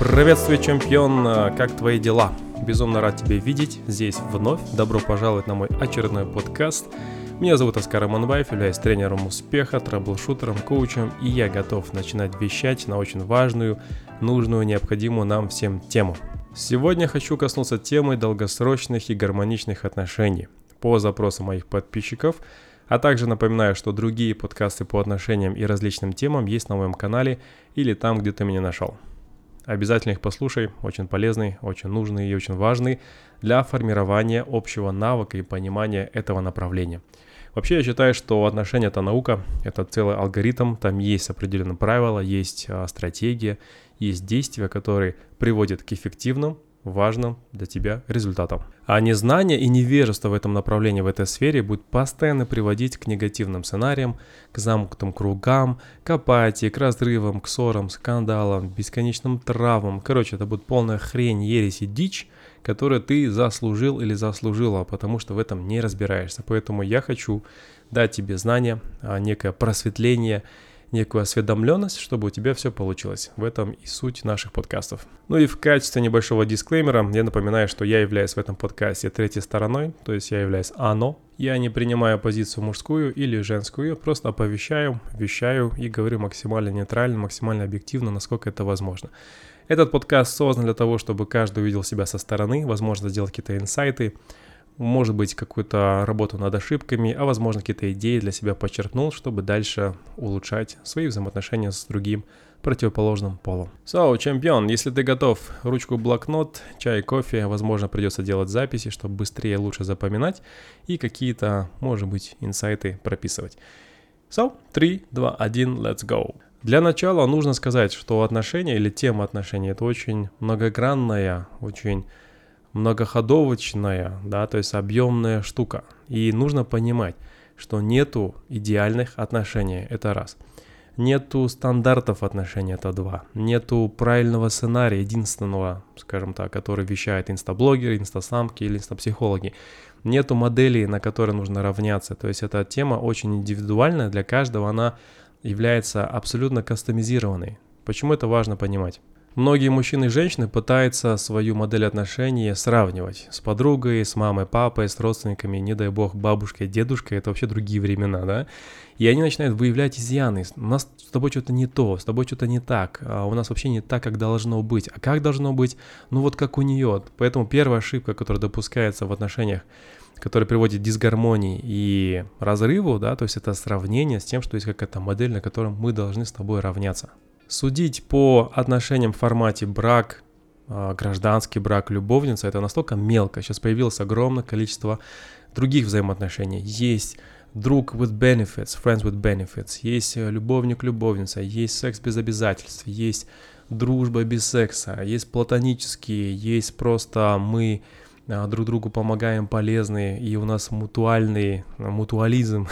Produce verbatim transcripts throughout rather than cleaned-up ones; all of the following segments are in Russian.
Приветствую, чемпион! Как твои дела? Безумно рад тебя видеть здесь вновь. Добро пожаловать на мой очередной подкаст. Меня зовут Оскар Аманбаев, являюсь тренером успеха, трэблшутером, коучем, и я готов начинать вещать на очень важную, нужную, необходимую нам всем тему. Сегодня хочу коснуться темы долгосрочных и гармоничных отношений по запросу моих подписчиков, а также напоминаю, что другие подкасты по отношениям и различным темам есть на моем канале или там, где ты меня нашел. Обязательно их послушай, очень полезный, очень нужный и очень важный для формирования общего навыка и понимания этого направления. Вообще я считаю, что отношения – это наука, это целый алгоритм, там есть определенные правила, есть а, стратегия, есть действия, которые приводят к эффективным, важным для тебя результатам. А незнание и невежество в этом направлении, в этой сфере будет постоянно приводить к негативным сценариям, к замкнутым кругам, к апатии, к разрывам, к ссорам, скандалам, бесконечным травмам. Короче, это будет полная хрень, ересь и дичь, которую ты заслужил или заслужила, потому что в этом не разбираешься. Поэтому я хочу дать тебе знания, некое просветление, некую осведомленность, чтобы у тебя все получилось. В этом и суть наших подкастов. Ну и в качестве небольшого дисклеймера я напоминаю, что я являюсь в этом подкасте третьей стороной, то есть я являюсь оно. Я не принимаю позицию мужскую или женскую, просто оповещаю, вещаю и говорю максимально нейтрально, максимально объективно, насколько это возможно. Этот подкаст создан для того, чтобы каждый увидел себя со стороны, возможно, сделать какие-то инсайты, может быть, какую-то работу над ошибками, а возможно, какие-то идеи для себя подчеркнул, чтобы дальше улучшать свои взаимоотношения с другим противоположным полом. So, чемпион, если ты готов, ручку, блокнот, чай, кофе, возможно, придется делать записи, чтобы быстрее и лучше запоминать и какие-то, может быть, инсайты прописывать. So, три, два, один, let's go. Для начала нужно сказать, что отношения или тема отношений – это очень многогранная, очень многоходовочная, да, то есть объемная штука. И нужно понимать, что нету идеальных отношений, это раз. Нету стандартов отношений, это два. Нету правильного сценария, единственного, скажем так, который вещает инстаблогеры, инстасамки или инстапсихологи. Нету моделей, на которые нужно равняться. То есть эта тема очень индивидуальная, для каждого она является абсолютно кастомизированной. Почему это важно понимать? Многие мужчины и женщины пытаются свою модель отношений сравнивать с подругой, с мамой, папой, с родственниками, не дай бог, бабушкой, дедушкой, это вообще другие времена, да? И они начинают выявлять изъяны. У нас с тобой что-то не то, с тобой что-то не так, а у нас вообще не так, как должно быть. А как должно быть? Ну вот как у нее. Поэтому первая ошибка, которая допускается в отношениях, которая приводит к дисгармонии и разрыву, да, то есть это сравнение с тем, что есть какая-то модель, на которой мы должны с тобой равняться. Судить по отношениям в формате брак, гражданский брак, любовница – это настолько мелко. Сейчас появилось огромное количество других взаимоотношений. Есть друг with benefits, friends with benefits, есть любовник-любовница, есть секс без обязательств, есть дружба без секса, есть платонические, есть просто мы друг другу помогаем, полезные, и у нас мутуальный, мутуализм,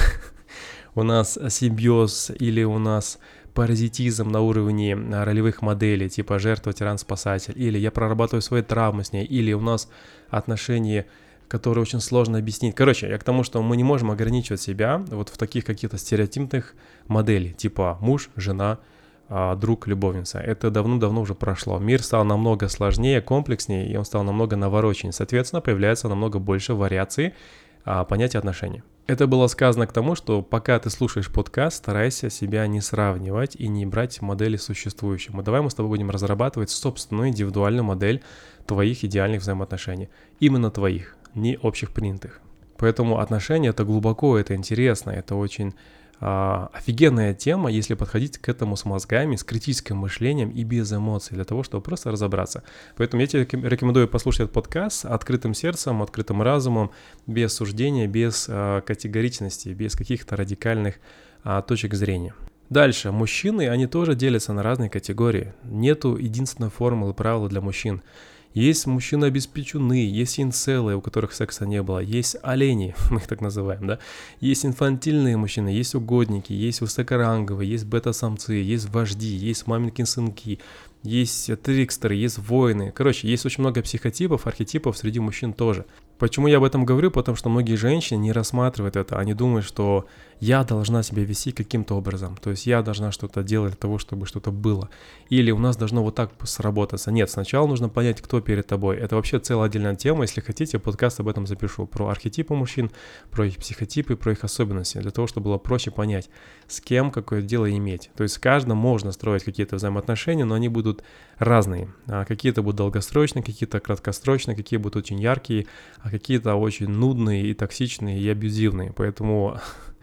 у нас симбиоз или у нас паразитизм на уровне ролевых моделей, типа жертва, тиран, спасатель, или я прорабатываю свои травмы с ней, или у нас отношения, которые очень сложно объяснить. Короче, я к тому, что мы не можем ограничивать себя вот в таких каких-то стереотипных моделей, типа муж, жена, друг, любовница. Это давно-давно уже прошло. Мир стал намного сложнее, комплекснее, и он стал намного навороченнее. Соответственно, появляется намного больше вариаций понятия отношений. Это было сказано к тому, что пока ты слушаешь подкаст, старайся себя не сравнивать и не брать модели существующие. Давай мы с тобой будем разрабатывать собственную индивидуальную модель твоих идеальных взаимоотношений. Именно твоих, не общепринятых. Поэтому отношения – это глубоко, это интересно, это очень а, офигенная тема, если подходить к этому с мозгами, с критическим мышлением и без эмоций, для того, чтобы просто разобраться. Поэтому я тебе рекомендую послушать этот подкаст с открытым сердцем, открытым разумом, без суждения, без а, категоричности, без каких-то радикальных а, точек зрения. Дальше. Мужчины, они тоже делятся на разные категории. Нету единственной формулы правила для мужчин. Есть мужчины-обеспеченные, есть инцелы, у которых секса не было, есть олени, мы их так называем, да, есть инфантильные мужчины, есть угодники, есть высокоранговые, есть бета-самцы, есть вожди, есть маменькины сынки, есть трикстеры, есть воины. Короче, есть очень много психотипов, архетипов среди мужчин тоже. Почему я об этом говорю? Потому что многие женщины не рассматривают это. Они думают, что я должна себя вести каким-то образом. То есть я должна что-то делать для того, чтобы что-то было. Или у нас должно вот так сработаться. Нет, сначала нужно понять, кто перед тобой. Это вообще целая отдельная тема. Если хотите, подкаст об этом запишу. Про архетипы мужчин, про их психотипы, про их особенности. Для того, чтобы было проще понять, с кем какое дело иметь. То есть с каждым можно строить какие-то взаимоотношения, но они будут разные. А какие-то будут долгосрочные, какие-то краткосрочные, какие будут очень яркие, а какие-то очень нудные и токсичные и абьюзивные. Поэтому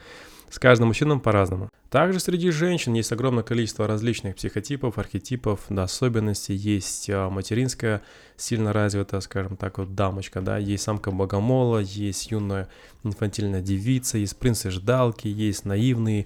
с каждым мужчином по-разному. Также среди женщин есть огромное количество различных психотипов, архетипов, да, особенностей. Есть материнская, сильно развитая, скажем так, вот дамочка, да, есть самка богомола, есть юная инфантильная девица, есть принцы-ждалки, есть наивные,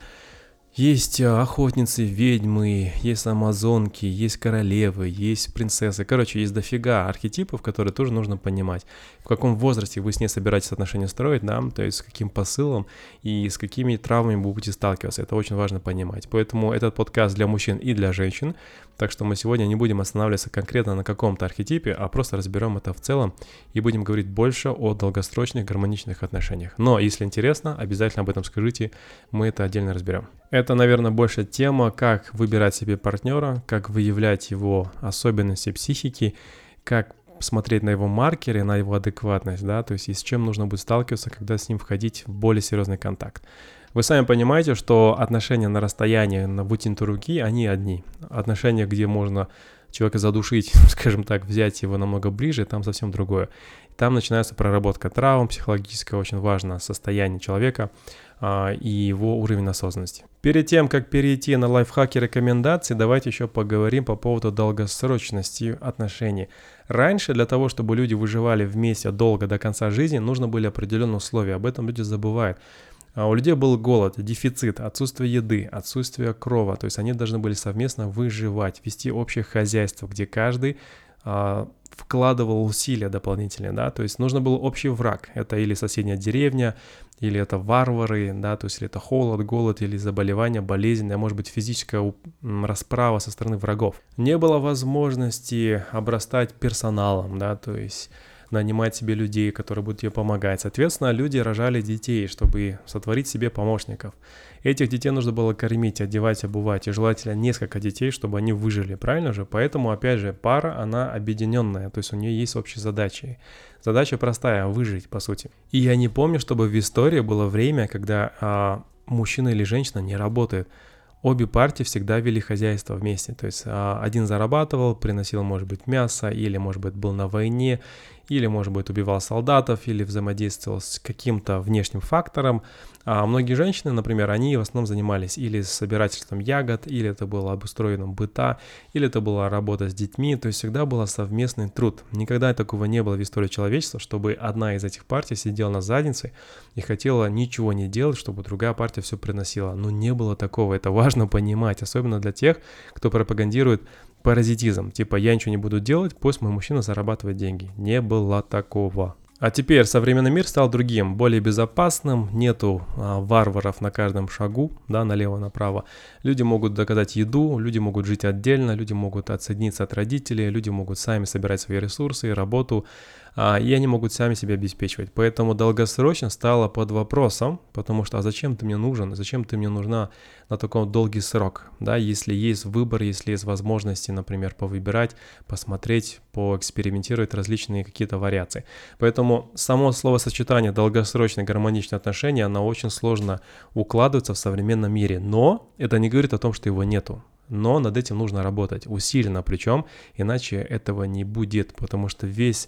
есть охотницы, ведьмы, есть амазонки, есть королевы, есть принцессы. Короче, есть дофига архетипов, которые тоже нужно понимать. В каком возрасте вы с ней собираетесь отношения строить, да, то есть с каким посылом и с какими травмами вы будете сталкиваться. Это очень важно понимать. Поэтому этот подкаст для мужчин и для женщин. Так что мы сегодня не будем останавливаться конкретно на каком-то архетипе, а просто разберем это в целом и будем говорить больше о долгосрочных гармоничных отношениях. Но если интересно, обязательно об этом скажите, мы это отдельно разберем. Это, наверное, больше тема, как выбирать себе партнера, как выявлять его особенности психики, как смотреть на его маркеры, на его адекватность, да, то есть и с чем нужно будет сталкиваться, когда с ним входить в более серьезный контакт. Вы сами понимаете, что отношения на расстоянии, на вытянутой руки, они одни. Отношения, где можно человека задушить, скажем так, взять его намного ближе, там совсем другое. Там начинается проработка травм, психологическое очень важно состояние человека а, и его уровень осознанности. Перед тем, как перейти на лайфхаки рекомендации, давайте еще поговорим по поводу долгосрочности отношений. Раньше для того, чтобы люди выживали вместе долго до конца жизни, нужно были определенные условия. Об этом люди забывают. А у людей был голод, дефицит, отсутствие еды, отсутствие крова. То есть они должны были совместно выживать, вести общее хозяйство, где каждый а, вкладывал усилия дополнительные, да, то есть нужно был общий враг. Это или соседняя деревня, или это варвары, да, то есть или это холод, голод, или заболевание, болезнь, а может быть физическая расправа со стороны врагов. Не было возможности обрастать персоналом, да, то есть нанимать себе людей, которые будут тебе помогать. Соответственно, люди рожали детей, чтобы сотворить себе помощников. Этих детей нужно было кормить, одевать, обувать, и желательно несколько детей, чтобы они выжили, правильно же? Поэтому, опять же, пара, она объединенная, то есть у нее есть общие задачи. Задача простая – выжить, по сути. И я не помню, чтобы в истории было время, когда а, мужчина или женщина не работает. Обе партии всегда вели хозяйство вместе, то есть а, один зарабатывал, приносил, может быть, мясо, или, может быть, был на войне, или, может быть, убивал солдатов, или взаимодействовал с каким-то внешним фактором. А многие женщины, например, они в основном занимались или собирательством ягод, или это было обустроением быта, или это была работа с детьми, то есть всегда был совместный труд. Никогда такого не было в истории человечества, чтобы одна из этих партий сидела на заднице и хотела ничего не делать, чтобы другая партия все приносила. Но не было такого, это важно понимать, особенно для тех, кто пропагандирует паразитизм. Типа, я ничего не буду делать, пусть мой мужчина зарабатывает деньги. Не было такого. А теперь современный мир стал другим, более безопасным, нету а, варваров на каждом шагу, да, налево-направо. Люди могут заказать еду, люди могут жить отдельно, люди могут отсоединиться от родителей, люди могут сами собирать свои ресурсы, работу, а, и они могут сами себя обеспечивать. Поэтому долгосрочно стало под вопросом, потому что а зачем ты мне нужен, зачем ты мне нужна на такой долгий срок, да, если есть выбор, если есть возможности, например, повыбирать, посмотреть, поэкспериментировать различные какие-то вариации. Поэтому само словосочетание долгосрочные гармоничные отношения, оно очень сложно укладывается в современном мире, но это не говорит о том, что его нету. Но над этим нужно работать, усиленно причем, иначе этого не будет, потому что весь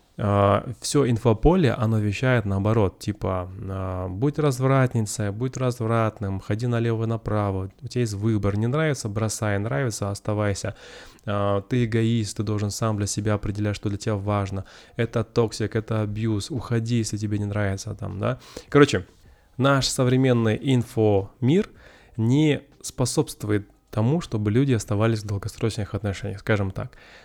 все инфополе, оно вещает наоборот, типа, будь развратницей, будь развратным, ходи налево-направо, у тебя есть выбор, не нравится — бросай, нравится — оставайся, ты эгоист, ты должен сам для себя определять, что для тебя важно, это токсик, это абьюз, уходи, если тебе не нравится, там, да. Короче, наш современный инфомир не способствует тому, чтобы люди оставались в долгосрочных отношениях, скажем так.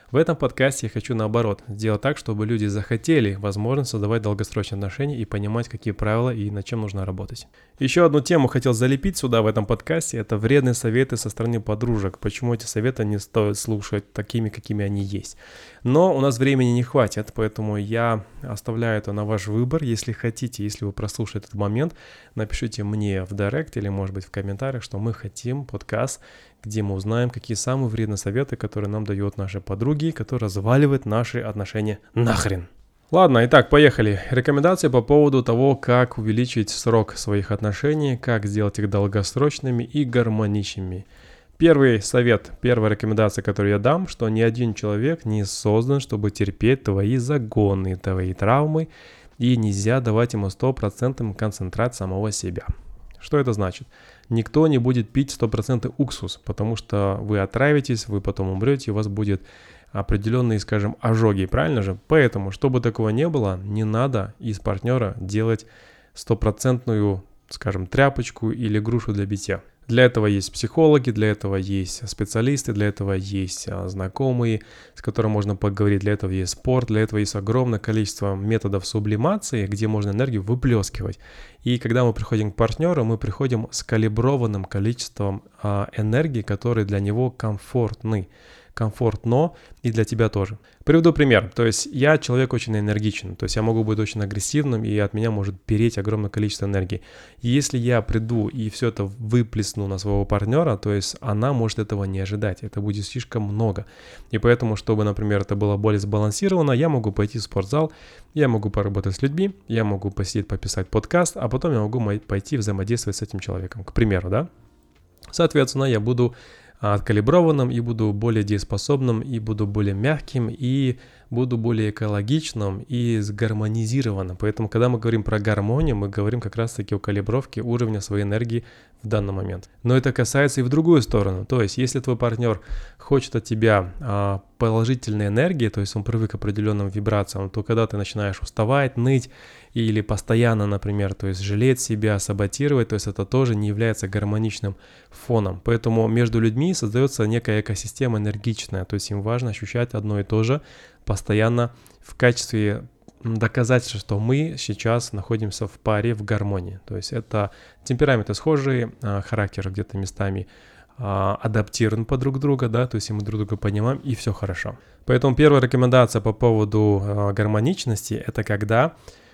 В этом подкасте я хочу наоборот сделать так, чтобы люди захотели, возможно, создавать долгосрочные отношения и понимать, какие правила и над чем нужно работать. Еще одну тему хотел залепить сюда в этом подкасте, это вредные советы со стороны подружек. Почему эти советы не стоит слушать такими, какими они есть. Но у нас времени не хватит, поэтому я оставляю это на ваш выбор. Если хотите, если вы прослушаете этот момент, напишите мне в директ или, может быть, в комментариях, что мы хотим подкаст, где мы узнаем, какие самые вредные советы, которые нам дают наши подруги, которые разваливают наши отношения нахрен. Ладно, итак, поехали. Рекомендации по поводу того, как увеличить срок своих отношений, как сделать их долгосрочными и гармоничными. Первый совет, первая рекомендация, которую я дам, что ни один человек не создан, чтобы терпеть твои загоны, твои травмы, и нельзя давать ему стопроцентный концентрат самого себя. Что это значит? Никто не будет пить стопроцентный уксус, потому что вы отравитесь, вы потом умрете, у вас будет определенные, скажем, ожоги, правильно же? Поэтому, чтобы такого не было, не надо из партнера делать стопроцентную, скажем, тряпочку или грушу для битья. Для этого есть психологи, для этого есть специалисты, для этого есть знакомые, с которыми можно поговорить, для этого есть спорт, для этого есть огромное количество методов сублимации, где можно энергию выплескивать. И когда мы приходим к партнеру, мы приходим с калиброванным количеством а, энергии, которые для него комфортны. комфортно и для тебя тоже. Приведу пример. То есть я человек очень энергичный, то есть я могу быть очень агрессивным, и от меня может переть огромное количество энергии. И если я приду и все это выплесну на своего партнера, то есть она может этого не ожидать, это будет слишком много. И поэтому, чтобы, например, это было более сбалансировано, я могу пойти в спортзал, я могу поработать с людьми, я могу посидеть, пописать подкаст, а потом я могу пойти взаимодействовать с этим человеком, к примеру, да? Соответственно, я буду откалиброванным, и буду более дееспособным, и буду более мягким, и буду более экологичным и сгармонизированным. Поэтому, когда мы говорим про гармонию, мы говорим как раз-таки о калибровке уровня своей энергии в данный момент. Но это касается и в другую сторону. То есть, если твой партнер хочет от тебя а, положительной энергии, то есть он привык к определенным вибрациям, то когда ты начинаешь уставать, ныть, или постоянно, например, то есть жалеть себя, саботировать, то есть это тоже не является гармоничным фоном. Поэтому между людьми создается некая экосистема энергичная, то есть им важно ощущать одно и то же постоянно в качестве доказательства, что мы сейчас находимся в паре, в гармонии. То есть это темпераменты схожие, характер где-то местами адаптирован под друг друга, да, то есть мы друг друга понимаем, и все хорошо. Поэтому первая рекомендация по поводу гармоничности – это когда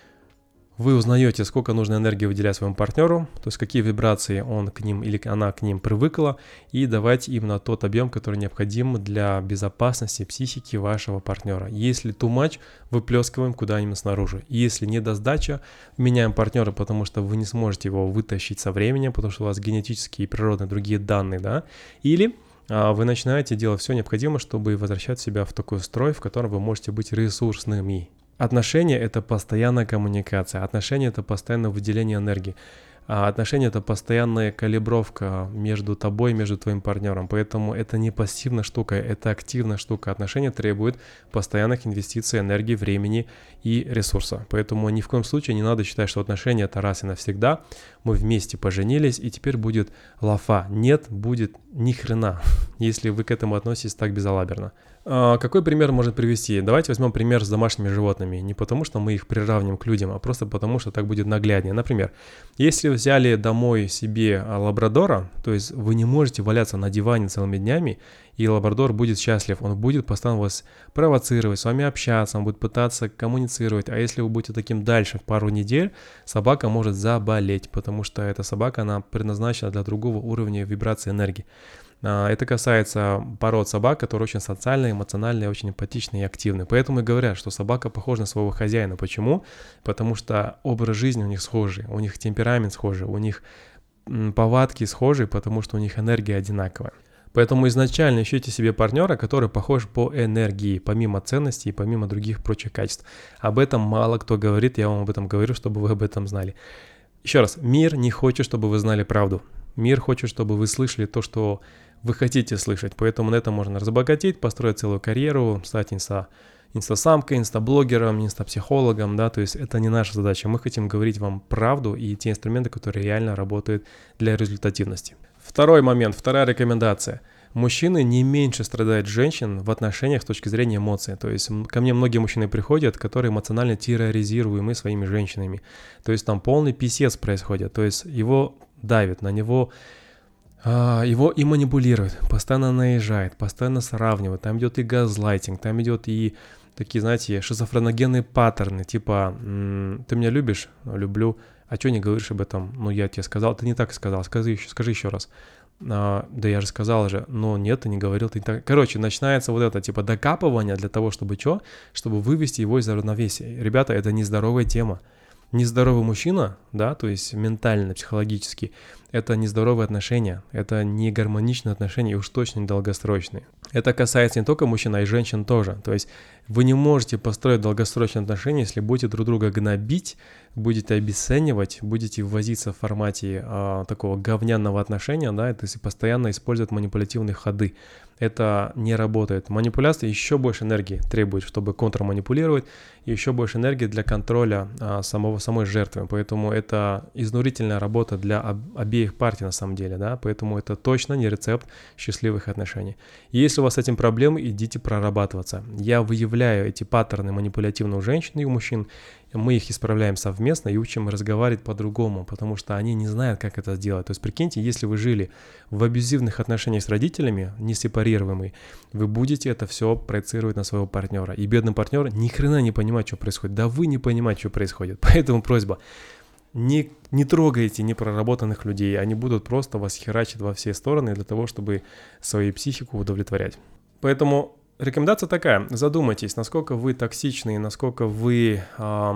вы узнаете, сколько нужно энергии выделять своему партнеру, то есть какие вибрации он к ним или она к ним привыкла, и давать им на тот объем, который необходим для безопасности психики вашего партнера. Если too much, выплескиваем куда-нибудь снаружи. Если недосдача, меняем партнера, потому что вы не сможете его вытащить со временем, потому что у вас генетические и природные другие данные, да, или а, вы начинаете делать все необходимое, чтобы возвращать себя в такой строй, в котором вы можете быть ресурсными. Отношения – это постоянная коммуникация, отношения – это постоянное выделение энергии, а отношения – это постоянная калибровка между тобой и между твоим партнером, поэтому это не пассивная штука, это активная штука. Отношения требуют постоянных инвестиций энергии, времени и ресурса, поэтому ни в коем случае не надо считать, что отношения – это раз и навсегда, мы вместе поженились и теперь будет лафа. Нет, будет ни хрена, если вы к этому относитесь так безалаберно. А какой пример может привести? Давайте возьмем пример с домашними животными. Не потому, что мы их приравним к людям, а просто потому, что так будет нагляднее. Например, если взяли домой себе лабрадора, то есть вы не можете валяться на диване целыми днями, и лабрадор будет счастлив, он будет постоянно вас провоцировать, с вами общаться, он будет пытаться коммуницировать. А если вы будете таким дальше в пару недель, собака может заболеть, потому что эта собака, она предназначена для другого уровня вибрации энергии. Это касается пород собак, которые очень социальные, эмоциональные, очень эмпатичные и активные. Поэтому и говорят, что собака похожа на своего хозяина. Почему? Потому что образ жизни у них схожий, у них темперамент схожий, у них повадки схожие, потому что у них энергия одинаковая. Поэтому изначально ищите себе партнера, который похож по энергии, помимо ценностей и помимо других прочих качеств. Об этом мало кто говорит, я вам об этом говорю, чтобы вы об этом знали. Еще раз, мир не хочет, чтобы вы знали правду. Мир хочет, чтобы вы слышали то, что вы хотите слышать, поэтому на этом можно разбогатеть, построить целую карьеру, стать инста, инстасамкой, инстаблогером, инстапсихологом, да, то есть это не наша задача, мы хотим говорить вам правду и те инструменты, которые реально работают для результативности. Второй момент, вторая рекомендация. Мужчины не меньше страдают женщин в отношениях с точки зрения эмоций. То есть ко мне многие мужчины приходят, которые эмоционально терроризируемы своими женщинами. То есть там полный писец происходит. То есть его давит, на него, а, его и манипулируют, постоянно наезжает, постоянно сравнивает. Там идет и газлайтинг, там идет и такие, знаете, шизофреногенные паттерны. Типа, м- ты меня любишь? Люблю. А что не говоришь об этом? Ну, я тебе сказал, ты не так сказал, скажи еще, скажи еще раз. А, да я же сказал же, но нет, ты не говорил, ты не так. Короче, начинается вот это типа докапывание для того, чтобы что? Чтобы вывести его из равновесия. Ребята, это нездоровая тема. Нездоровый мужчина, да, то есть ментально, психологически, это нездоровые отношения, это не гармоничные отношения и уж точно не долгосрочные. Это касается не только мужчин, а и женщин тоже. То есть вы не можете построить долгосрочные отношения, если будете друг друга гнобить, будете обесценивать, будете ввозиться в формате а, такого говняного отношения, да, то есть постоянно использовать манипулятивные ходы. Это не работает. Манипуляция еще больше энергии требует, чтобы контрманипулировать, и еще больше энергии для контроля а, самого, самой жертвы. Поэтому это изнурительная работа для об, обеих партий на самом деле, да, поэтому это точно не рецепт счастливых отношений. И если у вас с этим проблемы, идите прорабатываться. Я выявляю эти паттерны манипулятивные у женщин и у мужчин, мы их исправляем совместно и учим разговаривать по-другому, потому что они не знают, как это сделать. То есть, прикиньте, если вы жили в абьюзивных отношениях с родителями, не сепарируемые, вы будете это все проецировать на своего партнера. И бедный партнер ни хрена не понимает, что происходит. Да вы не понимаете, что происходит. Поэтому просьба, не, не трогайте непроработанных людей. Они будут просто вас херачить во все стороны для того, чтобы свою психику удовлетворять. Поэтому рекомендация такая, задумайтесь, насколько вы токсичны, насколько вы э,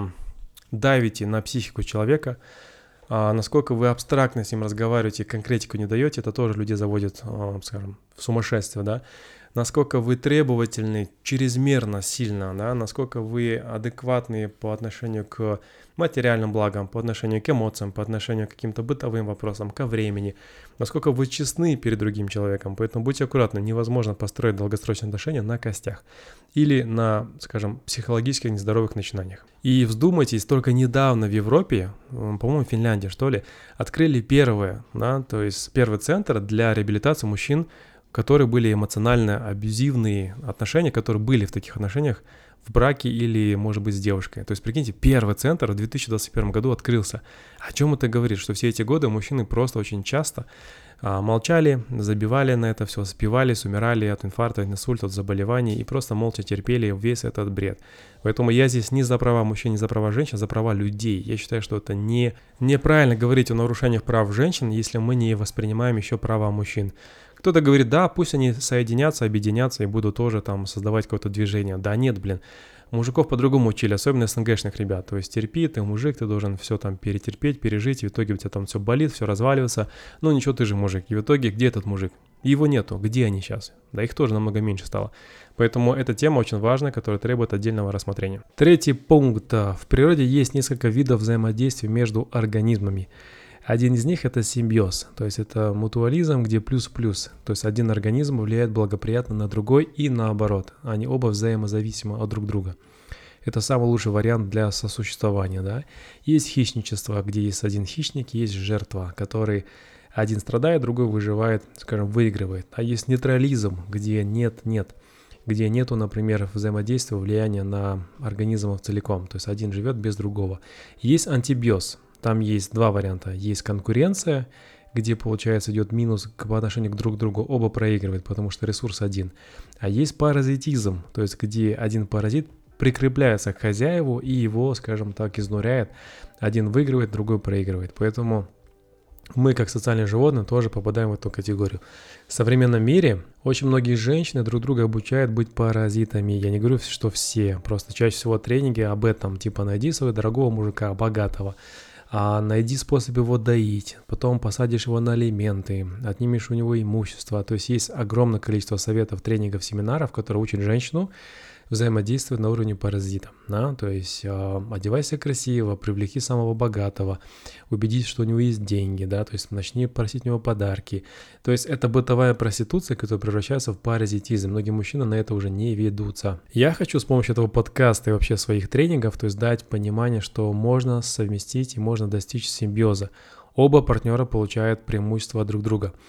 давите на психику человека, э, насколько вы абстрактно с ним разговариваете, конкретику не даете, это тоже людей заводит, э, скажем, в сумасшествие, да, насколько вы требовательны чрезмерно сильно, да, насколько вы адекватны по отношению к материальным благам, по отношению к эмоциям, по отношению к каким-то бытовым вопросам, ко времени, насколько вы честны перед другим человеком. Поэтому будьте аккуратны, невозможно построить долгосрочные отношения на костях или на, скажем, психологических нездоровых начинаниях. И вздумайтесь, только недавно в Европе, по-моему, в Финляндии, что ли, открыли первое, да, то есть первый центр для реабилитации мужчин, которые были эмоционально абьюзивные отношения, которые были в таких отношениях в браке или, может быть, с девушкой. То есть, прикиньте, первый центр в две тысячи двадцать первом году открылся. О чем это говорит? Что все эти годы мужчины просто очень часто а, молчали, забивали на это все, спивались, умирали от инфаркта, от инсульта, от заболеваний и просто молча терпели весь этот бред. Поэтому я здесь не за права мужчин, не за права женщин, а за права людей. Я считаю, что это не, неправильно говорить о нарушениях прав женщин, если мы не воспринимаем еще права мужчин. Кто-то говорит, да, пусть они соединятся, объединятся и будут тоже там создавать какое-то движение. Да нет, блин, мужиков по-другому учили, особенно СНГшных ребят. То есть терпи, ты мужик, ты должен все там перетерпеть, пережить, и в итоге у тебя там все болит, все разваливается. Ну ничего, ты же мужик. И в итоге где этот мужик? Его нету. Где они сейчас? Да их тоже намного меньше стало. Поэтому эта тема очень важная, которая требует отдельного рассмотрения. Третий пункт. В природе есть несколько видов взаимодействия между организмами. Один из них – это симбиоз, то есть это мутуализм, где плюс-плюс, то есть один организм влияет благоприятно на другой и наоборот, они оба взаимозависимы от друг друга. Это самый лучший вариант для сосуществования, да. Есть хищничество, где есть один хищник, есть жертва, который один страдает, другой выживает, скажем, выигрывает. А есть нейтрализм, где нет-нет, где нету, например, взаимодействия, влияния на организм целиком, то есть один живет без другого. Есть антибиоз. Там есть два варианта. Есть конкуренция, где, получается, идет минус по отношению к друг другу. Оба проигрывают, потому что ресурс один. А есть паразитизм, то есть где один паразит прикрепляется к хозяеву и его, скажем так, изнуряет. Один выигрывает, другой проигрывает. Поэтому мы, как социальные животные, тоже попадаем в эту категорию. В современном мире очень многие женщины друг друга обучают быть паразитами. Я не говорю, что все. Просто чаще всего тренинги об этом. Типа найди своего дорогого мужика, богатого. А найди способ его доить, потом посадишь его на алименты, отнимешь у него имущество. То есть есть огромное количество советов, тренингов, семинаров, которые учат женщину взаимодействовать на уровне паразита. Да? То есть э, одевайся красиво, привлеки самого богатого, убедись, что у него есть деньги, да? То есть начни просить у него подарки. То есть это бытовая проституция, которая превращается в паразитизм. Многие мужчины на это уже не ведутся. Я хочу с помощью этого подкаста и вообще своих тренингов, то есть дать понимание, что можно совместить и можно достичь симбиоза. Оба партнера получают преимущества друг друга.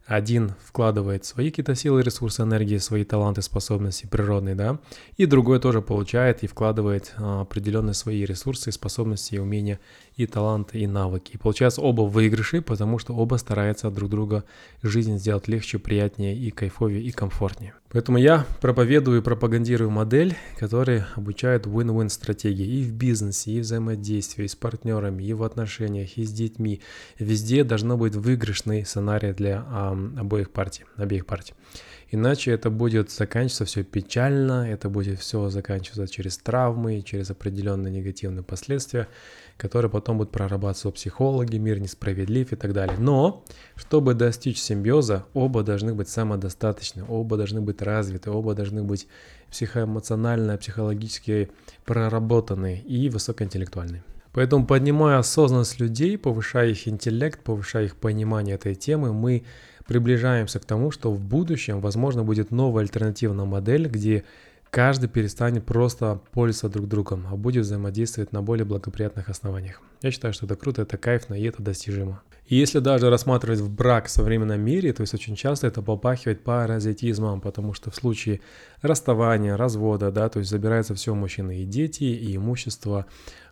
Один вкладывает свои какие-то силы, ресурсы, энергии, свои таланты, способности природные, да, и другой тоже получает и вкладывает а, определенные свои ресурсы, способности, умения и таланты, и навыки. И получается оба выигрыши, потому что оба стараются друг друга жизнь сделать легче, приятнее и кайфовее, и комфортнее. Поэтому я проповедую и пропагандирую модель, которая обучает win-win стратегии и в бизнесе, и в взаимодействии, и с партнерами, и в отношениях, и с детьми. Везде должно быть выигрышный сценарий для а, обоих партий, обеих партий. Иначе это будет заканчиваться все печально, это будет все заканчиваться через травмы, через определенные негативные последствия, которые потом будут прорабатываться психологи, мир несправедлив и так далее. Но, чтобы достичь симбиоза, оба должны быть самодостаточны, оба должны быть развиты, оба должны быть психоэмоционально, психологически проработаны и высокоинтеллектуальны. Поэтому, поднимая осознанность людей, повышая их интеллект, повышая их понимание этой темы, мы приближаемся к тому, что в будущем, возможно, будет новая альтернативная модель, где каждый перестанет просто пользоваться друг другом, а будет взаимодействовать на более благоприятных основаниях. Я считаю, что это круто, это кайфно и это достижимо. И если даже рассматривать в брак в современном мире, то есть очень часто это попахивает паразитизмом, потому что в случае расставания, развода, да, то есть забирается все у мужчины, и дети, и имущество,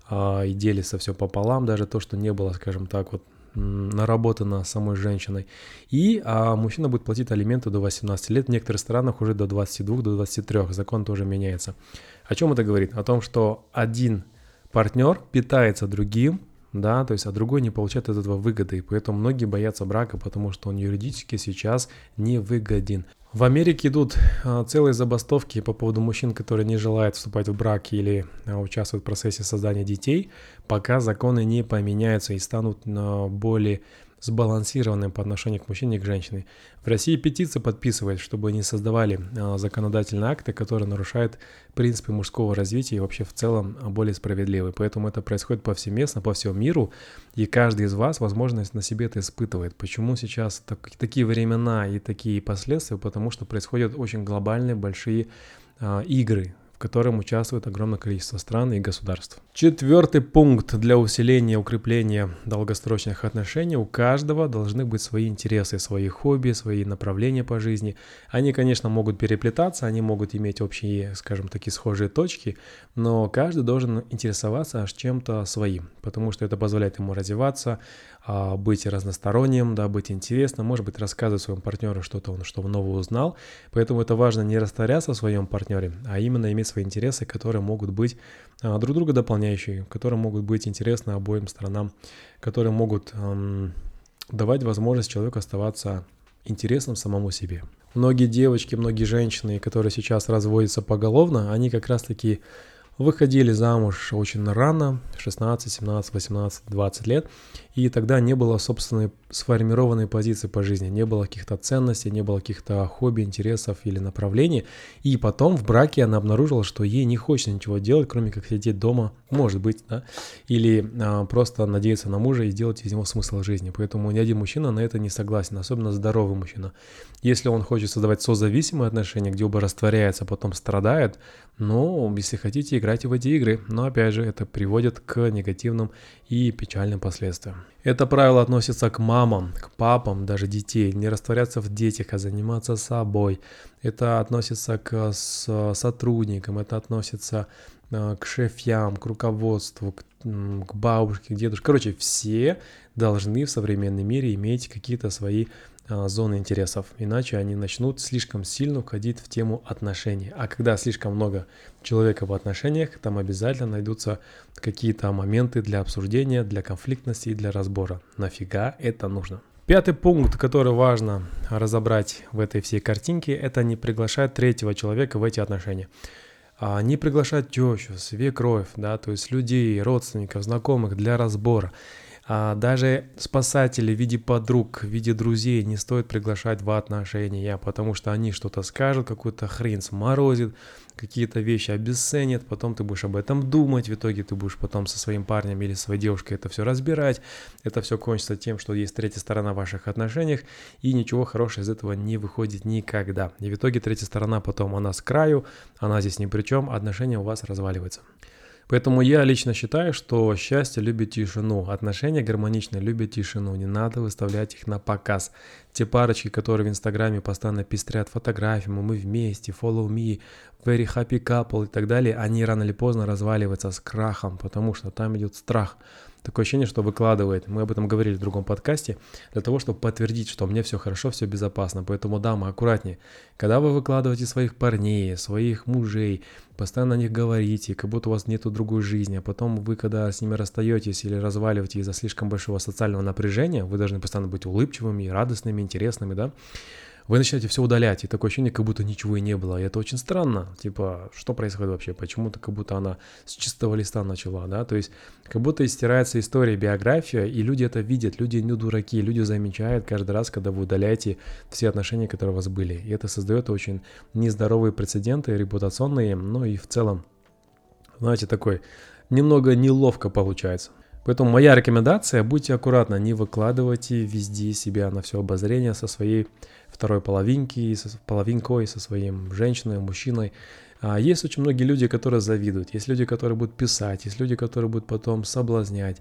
и делится все пополам, даже то, что не было, скажем так, вот наработано самой женщиной. И а, мужчина будет платить алименты до восемнадцати лет, в некоторых странах уже до двадцати двух, до двадцати трёх, закон тоже меняется. О чем это говорит? О том, что один партнер питается другим, да, то есть, а другой не получает от этого выгоды, и поэтому многие боятся брака, потому что он юридически сейчас не выгоден. В Америке идут а, целые забастовки по поводу мужчин, которые не желают вступать в брак или а, участвовать в процессе создания детей, пока законы не поменяются и станут а, более сбалансированным по отношению к мужчине и к женщине. В России петиции подписывают, чтобы не создавали а, законодательные акты, которые нарушают принципы мужского развития и вообще в целом а, более справедливые. Поэтому это происходит повсеместно, по всему миру, и каждый из вас, возможно, на себе это испытывает. Почему сейчас так, такие времена и такие последствия? Потому что происходят очень глобальные, большие а, игры, в котором участвует огромное количество стран и государств. Четвертый пункт для усиления и укрепления долгосрочных отношений. У каждого должны быть свои интересы, свои хобби, свои направления по жизни. Они, конечно, могут переплетаться, они могут иметь общие, скажем, такие схожие точки, но каждый должен интересоваться аж чем-то своим, потому что это позволяет ему развиваться, быть разносторонним, да, быть интересным, может быть, рассказывать своему партнеру что-то, он что нового узнал. Поэтому это важно не растворяться в своем партнере, а именно иметь свои интересы, которые могут быть а, друг друга дополняющие, которые могут быть интересны обоим сторонам, которые могут эм, давать возможность человеку оставаться интересным самому себе. Многие девочки, многие женщины, которые сейчас разводятся поголовно, они как раз-таки выходили замуж очень рано, шестнадцать, семнадцать, восемнадцать, двадцать лет, и тогда не было собственной сформированной позиции по жизни, не было каких-то ценностей, не было каких-то хобби, интересов или направлений, и потом в браке она обнаружила, что ей не хочется ничего делать, кроме как сидеть дома, может быть, да, или а, просто надеяться на мужа и делать из него смысл жизни, поэтому ни один мужчина на это не согласен, особенно здоровый мужчина. Если он хочет создавать созависимые отношения, где оба растворяются, потом страдают, ну, если хотите, играйте в эти игры, но опять же это приводит к негативным и печальным последствиям. Это правило относится к мамам, к папам, даже детей. Не растворяться в детях, а заниматься собой. Это относится к сотрудникам, это относится к шефям, к руководству, к, к бабушке, к дедушке. Короче, все должны в современном мире иметь какие-то свои зоны интересов, иначе они начнут слишком сильно уходить в тему отношений. А когда слишком много человека в отношениях, там обязательно найдутся какие-то моменты для обсуждения, для конфликтности и для разбора. Нафига это нужно? Пятый пункт, который важно разобрать в этой всей картинке, это не приглашать третьего человека в эти отношения. А не приглашать тещу, свекровь, да, то есть людей, родственников, знакомых для разбора. А даже спасателей в виде подруг, в виде друзей не стоит приглашать в отношения, потому что они что-то скажут, какую-то хрень сморозит, какие-то вещи обесценят, потом ты будешь об этом думать, в итоге ты будешь потом со своим парнем или своей девушкой это все разбирать, это все кончится тем, что есть третья сторона в ваших отношениях, и ничего хорошего из этого не выходит никогда. И в итоге третья сторона потом, она с краю, она здесь ни при чем, отношения у вас разваливаются. Поэтому я лично считаю, что счастье любит тишину, отношения гармоничные любят тишину, не надо выставлять их на показ. Те парочки, которые в Инстаграме постоянно пестрят фотографиями, мы вместе, follow me, very happy couple и так далее, они рано или поздно разваливаются с крахом, потому что там идет страх. Такое ощущение, что выкладывает, мы об этом говорили в другом подкасте, для того, чтобы подтвердить, что мне все хорошо, все безопасно. Поэтому, дамы, аккуратнее. Когда вы выкладываете своих парней, своих мужей, постоянно о них говорите, как будто у вас нету другой жизни, а потом вы, когда с ними расстаетесь или разваливаете из-за слишком большого социального напряжения, вы должны постоянно быть улыбчивыми, радостными, интересными, да? Вы начинаете все удалять, и такое ощущение, как будто ничего и не было. И это очень странно. Типа, что происходит вообще? Почему-то как будто она с чистого листа начала, да? То есть, как будто стирается история, биография, и люди это видят, люди не дураки, люди замечают каждый раз, когда вы удаляете все отношения, которые у вас были. И это создает очень нездоровые прецеденты, репутационные, но и в целом, знаете, такой немного неловко получается. Поэтому моя рекомендация, будьте аккуратны, не выкладывайте везде себя на все обозрение со своей второй половинки, со половинкой, со своим женщиной, мужчиной. Есть очень многие люди, которые завидуют, есть люди, которые будут писать, есть люди, которые будут потом соблазнять.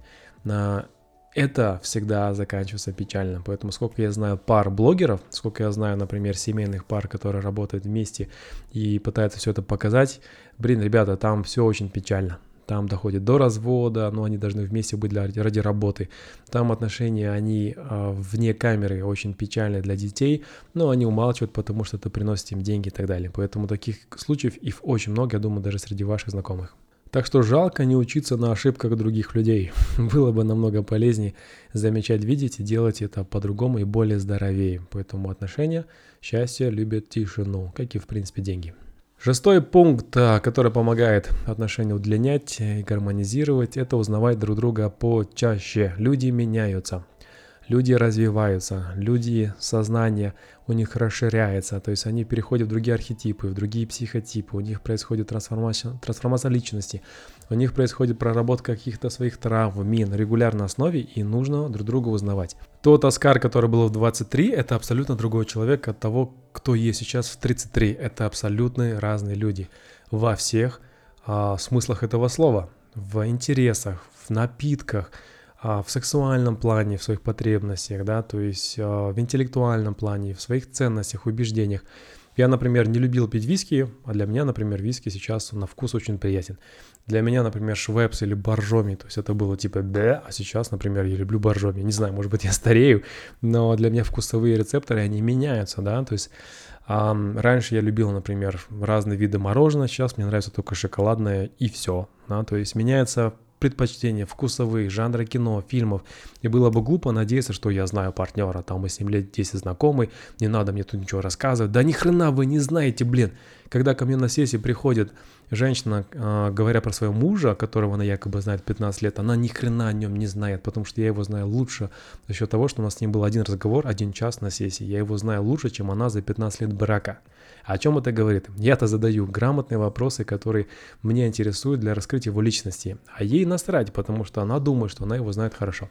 Это всегда заканчивается печально. Поэтому сколько я знаю пар блогеров, сколько я знаю, например, семейных пар, которые работают вместе и пытаются все это показать, блин, ребята, там все очень печально. Там доходит до развода, но они должны вместе быть для, ради работы. Там отношения, они э, вне камеры очень печальные для детей, но они умалчивают, потому что это приносит им деньги и так далее. Поэтому таких случаев их очень много, я думаю, даже среди ваших знакомых. Так что жалко не учиться на ошибках других людей. Было бы намного полезнее замечать, видеть и делать это по-другому и более здоровее. Поэтому отношения, счастье любят тишину, как и, в принципе, деньги. Шестой пункт, который помогает отношения удлинять и гармонизировать, это узнавать друг друга почаще. Люди меняются, люди развиваются, люди, сознание у них расширяется, то есть они переходят в другие архетипы, в другие психотипы, у них происходит трансформация, трансформация личности, у них происходит проработка каких-то своих травм, мин на регулярной основе, и нужно друг друга узнавать. Тот Оскар, который был в двадцать три, это абсолютно другой человек от того, кто есть сейчас в тридцать три. Это абсолютно разные люди во всех а, смыслах этого слова, в интересах, в напитках, в сексуальном плане, в своих потребностях, да, то есть в интеллектуальном плане, в своих ценностях, убеждениях. Я, например, не любил пить виски, а для меня, например, виски сейчас на вкус очень приятен. Для меня, например, швепс или боржоми, то есть это было типа бе, а сейчас, например, я люблю боржоми. Не знаю, может быть, я старею, но для меня вкусовые рецепторы, они меняются, да, то есть Um, раньше я любил, например, разные виды мороженого, сейчас мне нравится только шоколадное и все, да, то есть меняется предпочтения, вкусовые, жанры кино, фильмов. И было бы глупо надеяться, что я знаю партнера, там мы с ним лет десять знакомы, не надо мне тут ничего рассказывать. Да ни хрена вы не знаете, блин. Когда ко мне на сессии приходит женщина, э, говоря про своего мужа, которого она якобы знает пятнадцать лет, она ни хрена о нем не знает, потому что я его знаю лучше за счет того, что у нас с ним был один разговор, один час на сессии. Я его знаю лучше, чем она за пятнадцать лет брака. О чем это говорит? Я-то задаю грамотные вопросы, которые меня интересуют для раскрытия его личности, а ей насрать, потому что она думает, что она его знает хорошо.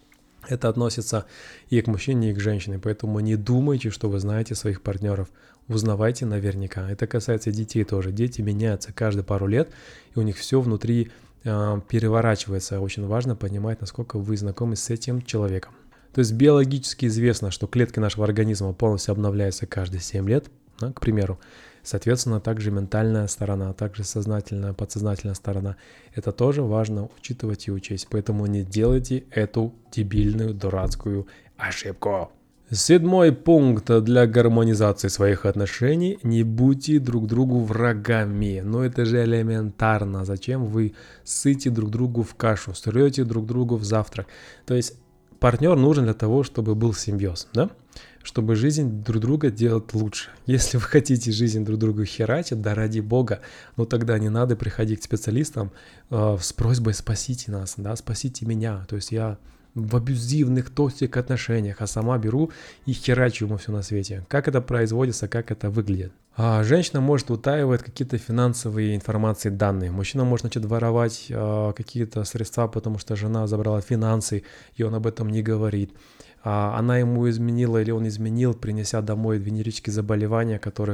Это относится и к мужчине, и к женщине, поэтому не думайте, что вы знаете своих партнеров. Узнавайте наверняка. Это касается детей тоже. Дети меняются каждые пару лет, и у них все внутри э, переворачивается. Очень важно понимать, насколько вы знакомы с этим человеком. То есть биологически известно, что клетки нашего организма полностью обновляются каждые семь лет, да, к примеру. Соответственно, также ментальная сторона, также сознательная, подсознательная сторона. Это тоже важно учитывать и учесть. Поэтому не делайте эту дебильную, дурацкую ошибку. Седьмой пункт для гармонизации своих отношений. Не будьте друг другу врагами. Но это же элементарно. Зачем вы ссыте друг другу в кашу, стрете друг другу в завтрак? То есть партнер нужен для того, чтобы был симбиоз, да? Чтобы жизнь друг друга делать лучше. Если вы хотите жизнь друг друга херачить, да ради бога, ну тогда не надо приходить к специалистам э, с просьбой «спасите нас», да, «спасите меня». То есть я в абьюзивных, токсик отношениях, а сама беру и херачу ему все на свете. Как это производится, как это выглядит? А женщина может утаивать какие-то финансовые информации, данные. Мужчина может начать воровать э, какие-то средства, потому что жена забрала финансы, и он об этом не говорит. Она ему изменила или он изменил, принеся домой венерические заболевания, которых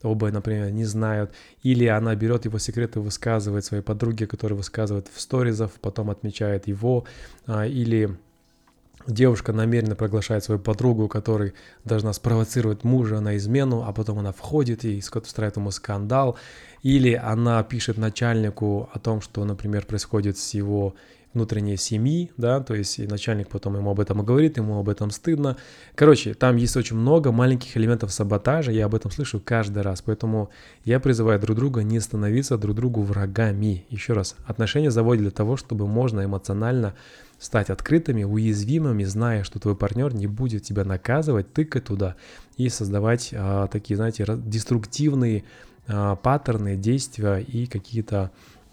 оба, например, не знают, или она берет его секреты, высказывает своей подруге, которая высказывает в сторизах, потом отмечает его, или девушка намеренно приглашает свою подругу, которая должна спровоцировать мужа на измену, а потом она входит и устраивает ему скандал. Или она пишет начальнику о том, что, например, происходит с его внутренней семьи, да, то есть и начальник потом ему об этом и говорит, ему об этом стыдно. Короче, там есть очень много маленьких элементов саботажа, я об этом слышу каждый раз, поэтому я призываю друг друга не становиться друг другу врагами. Еще раз, отношения заводят для того, чтобы можно эмоционально стать открытыми, уязвимыми, зная, что твой партнер не будет тебя наказывать, тыкать туда и создавать а, такие, знаете, деструктивные а, паттерны, действия и какие-то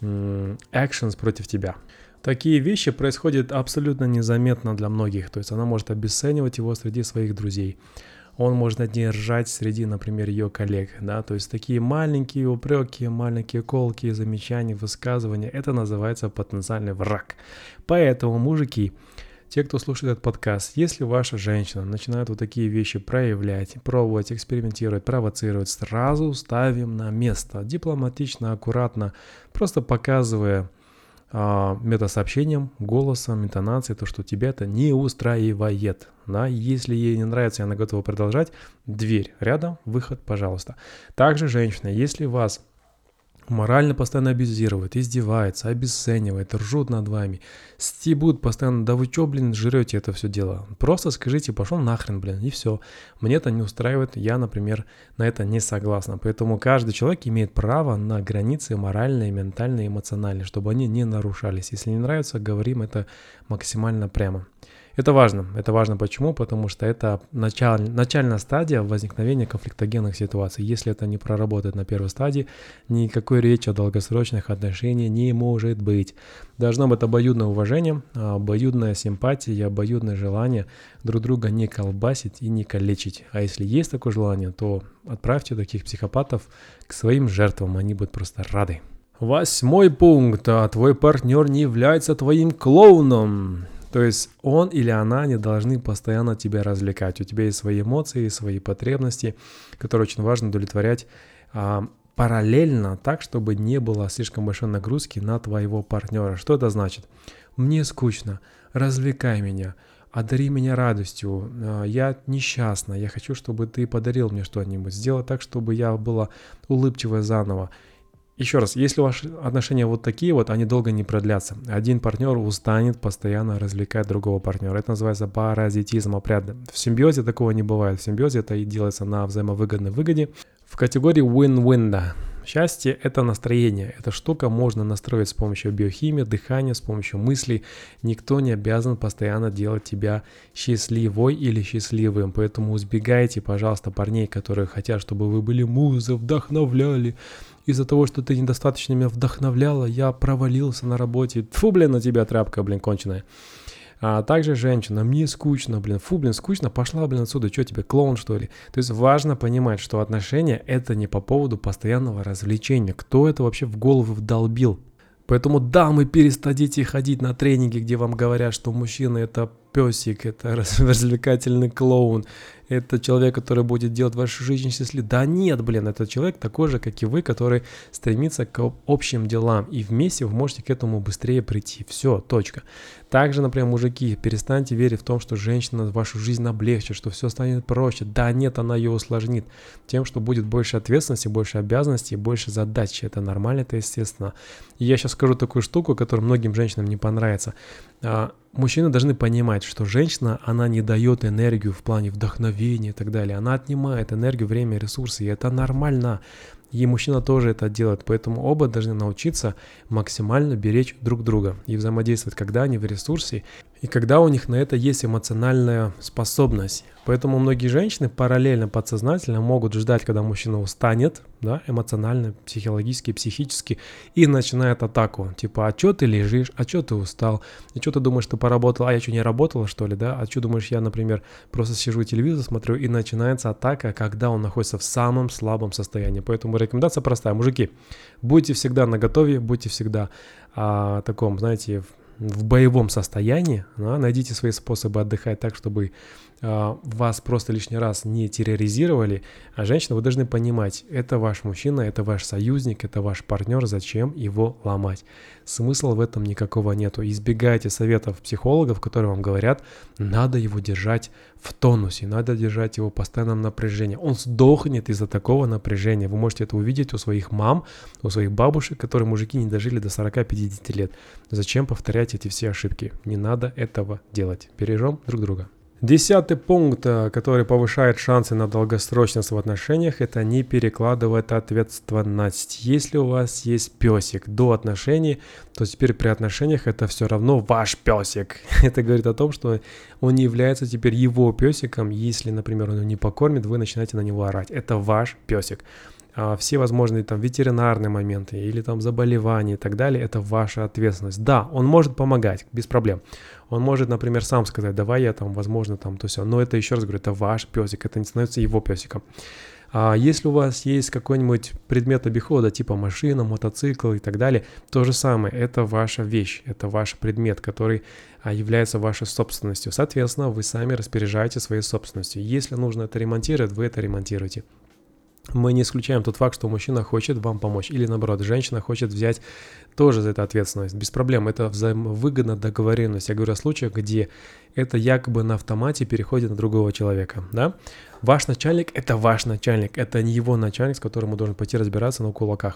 actions против тебя. Такие вещи происходят абсолютно незаметно для многих, то есть она может обесценивать его среди своих друзей. Он может над ней ржать среди, например, ее коллег, да, то есть такие маленькие упреки, маленькие колки, замечания, высказывания, это называется потенциальный враг. Поэтому, мужики, те, кто слушает этот подкаст, если ваша женщина начинает вот такие вещи проявлять, пробовать, экспериментировать, провоцировать, сразу ставим на место, дипломатично, аккуратно, просто показывая метасообщением, голосом, интонацией, то, что тебя это не устраивает. Да? Если ей не нравится, и она готова продолжать, дверь рядом, выход, пожалуйста. Также, женщина, если вас морально постоянно абьюзирует, издевается, обесценивает, ржут над вами, стебут постоянно, да вы чё, блин, жрете это все дело? Просто скажите, пошел нахрен, блин, и все. Мне это не устраивает, я, например, на это не согласна. Поэтому каждый человек имеет право на границы моральные, ментальные, эмоциональные, чтобы они не нарушались. Если не нравится, говорим это максимально прямо. Это важно. Это важно почему? Потому что это началь, начальная стадия возникновения конфликтогенных ситуаций. Если это не проработает на первой стадии, никакой речи о долгосрочных отношениях не может быть. Должно быть обоюдное уважение, обоюдная симпатия и обоюдное желание друг друга не колбасить и не калечить. А если есть такое желание, то отправьте таких психопатов к своим жертвам, они будут просто рады. Восьмой пункт. Твой партнер не является твоим клоуном. То есть он или она не должны постоянно тебя развлекать. У тебя есть свои эмоции, свои потребности, которые очень важно удовлетворять а, параллельно так, чтобы не было слишком большой нагрузки на твоего партнера. Что это значит? Мне скучно, развлекай меня, одари меня радостью, я несчастна, я хочу, чтобы ты подарил мне что-нибудь, сделай так, чтобы я была улыбчивая заново. Еще раз, если ваши отношения вот такие вот, они долго не продлятся. Один партнер устанет постоянно развлекать другого партнера. Это называется паразитизм опрятно. В симбиозе такого не бывает. В симбиозе это и делается на взаимовыгодной выгоде. В категории win-win, да. Счастье – это настроение. Эта штука можно настроить с помощью биохимии, дыхания, с помощью мыслей. Никто не обязан постоянно делать тебя счастливой или счастливым. Поэтому избегайте, пожалуйста, парней, которые хотят, чтобы вы были музой, вдохновляли. Из-за того, что ты недостаточно меня вдохновляла, я провалился на работе. Фу, блин, на тебя тряпка, блин, конченая. А также женщина, мне скучно, блин, фу, блин, скучно, пошла, блин, отсюда, что тебе, клоун, что ли? То есть важно понимать, что отношения – это не по поводу постоянного развлечения. Кто это вообще в голову вдолбил? Поэтому дамы, перестадите ходить на тренинги, где вам говорят, что мужчина – это песик, это развлекательный клоун, это человек, который будет делать вашу жизнь счастливой. Да нет, блин, это человек такой же, как и вы, который стремится к общим делам, и вместе вы можете к этому быстрее прийти. Все, точка. Также, например, мужики, перестаньте верить в том, что женщина вашу жизнь облегчит, что все станет проще. Да нет, она ее усложнит тем, что будет больше ответственности, больше обязанностей, больше задач. Это нормально, это естественно. И я сейчас скажу такую штуку, которая многим женщинам не понравится. Мужчины должны понимать, что женщина, она не дает энергию в плане вдохновения и так далее. Она отнимает энергию, время, ресурсы, и это нормально. И мужчина тоже это делает, поэтому оба должны научиться максимально беречь друг друга и взаимодействовать, когда они в ресурсе, и когда у них на это есть эмоциональная способность. Поэтому многие женщины параллельно, подсознательно могут ждать, когда мужчина устанет, да, эмоционально, психологически, психически, и начинает атаку. Типа, а что ты лежишь, а что ты устал, и что ты думаешь, ты поработал, а я что, не работала, что ли, да, а что думаешь, я, например, просто сижу телевизор смотрю, и начинается атака, когда он находится в самом слабом состоянии. Поэтому рекомендация простая. Мужики, будьте всегда наготове, будьте всегда а, таком, знаете, в, в боевом состоянии, да, найдите свои способы отдыхать так, чтобы вас просто лишний раз не терроризировали, а женщина, вы должны понимать, это ваш мужчина, это ваш союзник, это ваш партнер, зачем его ломать? Смысла в этом никакого нету. Избегайте советов психологов, которые вам говорят, надо его держать в тонусе, надо держать его в постоянном напряжении. Он сдохнет из-за такого напряжения. Вы можете это увидеть у своих мам, у своих бабушек, которые мужики не дожили до сорока-пятидесяти лет. Зачем повторять эти все ошибки? Не надо этого делать. Бережем друг друга. Десятый пункт, который повышает шансы на долгосрочность в отношениях, это не перекладывать ответственность. Если у вас есть песик до отношений, то теперь при отношениях это все равно ваш песик. Это говорит о том, что он не является теперь его песиком. Если, например, он его не покормит, вы начинаете на него орать. Это ваш песик. Все возможные там ветеринарные моменты или там заболевания и так далее, это ваша ответственность. Да, он может помогать, без проблем. Он может, например, сам сказать, давай я там, возможно, там, то все. Но это, еще раз говорю, это ваш песик, это не становится его песиком. А если у вас есть какой-нибудь предмет обихода, типа машина, мотоцикл и так далее, то же самое, это ваша вещь, это ваш предмет, который является вашей собственностью. Соответственно, вы сами распоряжаете своей собственностью. Если нужно это ремонтировать, вы это ремонтируете. Мы не исключаем тот факт, что мужчина хочет вам помочь, или наоборот, женщина хочет взять тоже за это ответственность. Без проблем, это взаимовыгодная договоренность. Я говорю о случаях, где это якобы на автомате переходит на другого человека. Да? Ваш начальник – это ваш начальник, это не его начальник, с которым он должен пойти разбираться на кулаках.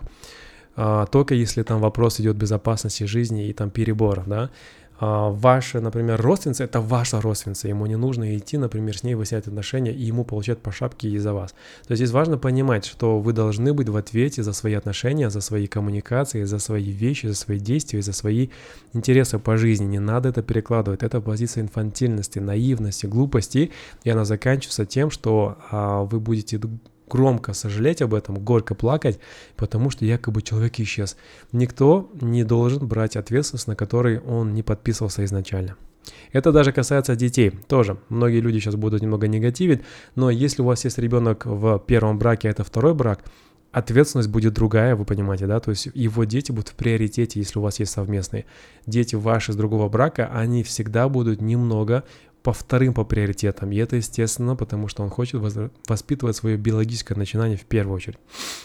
А, только если там вопрос идет безопасности жизни и там перебора, да. А ваша, например, родственница – это ваша родственница, ему не нужно идти, например, с ней выяснять отношения и ему получать по шапке из-за вас. То есть здесь важно понимать, что вы должны быть в ответе за свои отношения, за свои коммуникации, за свои вещи, за свои действия, за свои интересы по жизни. Не надо это перекладывать. Это позиция инфантильности, наивности, глупости, и она заканчивается тем, что а, вы будете громко сожалеть об этом, горько плакать, потому что якобы человек исчез. Никто не должен брать ответственность, на которой он не подписывался изначально. Это даже касается детей тоже. Многие люди сейчас будут немного негативить, но если у вас есть ребенок в первом браке, а это второй брак, ответственность будет другая, вы понимаете, да? То есть его дети будут в приоритете, если у вас есть совместные. Дети ваши с другого брака, они всегда будут немного по вторым по приоритетам. И это естественно, потому что он хочет воспитывать свое биологическое начинание в первую очередь.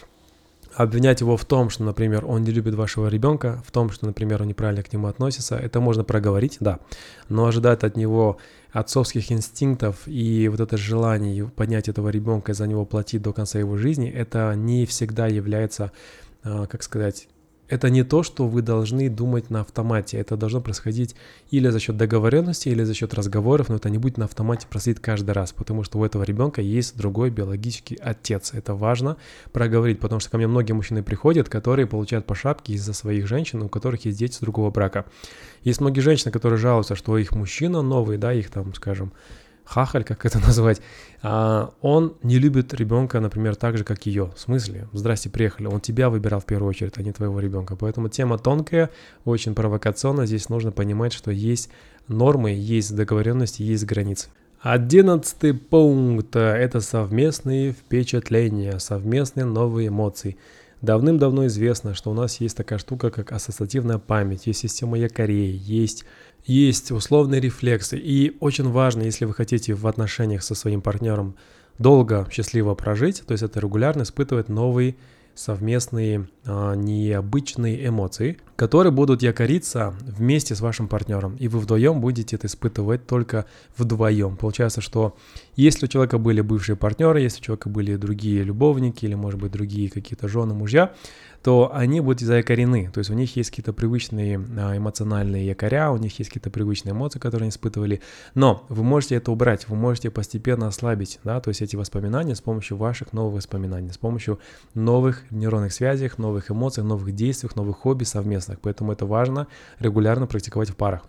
Обвинять его в том, что, например, он не любит вашего ребенка, в том, что, например, он неправильно к нему относится, это можно проговорить, да. Но ожидать от него отцовских инстинктов и вот это желание поднять этого ребенка и за него платить до конца его жизни, это не всегда является, как сказать, это не то, что вы должны думать на автомате. Это должно происходить или за счет договоренности, или за счет разговоров, но это не будет на автомате происходить каждый раз, потому что у этого ребенка есть другой биологический отец. Это важно проговорить, потому что ко мне многие мужчины приходят, которые получают по шапке из-за своих женщин, у которых есть дети с другого брака. Есть многие женщины, которые жалуются, что их мужчина новый, да, их там, скажем, хахаль, как это назвать, а он не любит ребенка, например, так же, как ее. В смысле? Здрасте, приехали. Он тебя выбирал в первую очередь, а не твоего ребенка. Поэтому тема тонкая, очень провокационная. Здесь нужно понимать, что есть нормы, есть договоренности, есть границы. Одиннадцатый пункт – это совместные впечатления, совместные новые эмоции. Давным-давно известно, что у нас есть такая штука, как ассоциативная память, есть система якорей, есть, есть условные рефлексы. И очень важно, если вы хотите в отношениях со своим партнером долго, счастливо прожить, то есть это регулярно испытывать новые совместные а, необычные эмоции, которые будут якориться вместе с вашим партнером. И вы вдвоем будете это испытывать только вдвоем. Получается, что если у человека были бывшие партнеры, если у человека были другие любовники или, может быть, другие какие-то жены, мужья, то они будут заякорены. То есть у них есть какие-то привычные а, эмоциональные якоря, у них есть какие-то привычные эмоции, которые они испытывали. Но вы можете это убрать, вы можете постепенно ослабить, да, то есть эти воспоминания с помощью ваших новых воспоминаний, с помощью новых нейронных связей, новых эмоций, новых действий, новых хобби совместных. Поэтому это важно регулярно практиковать в парах.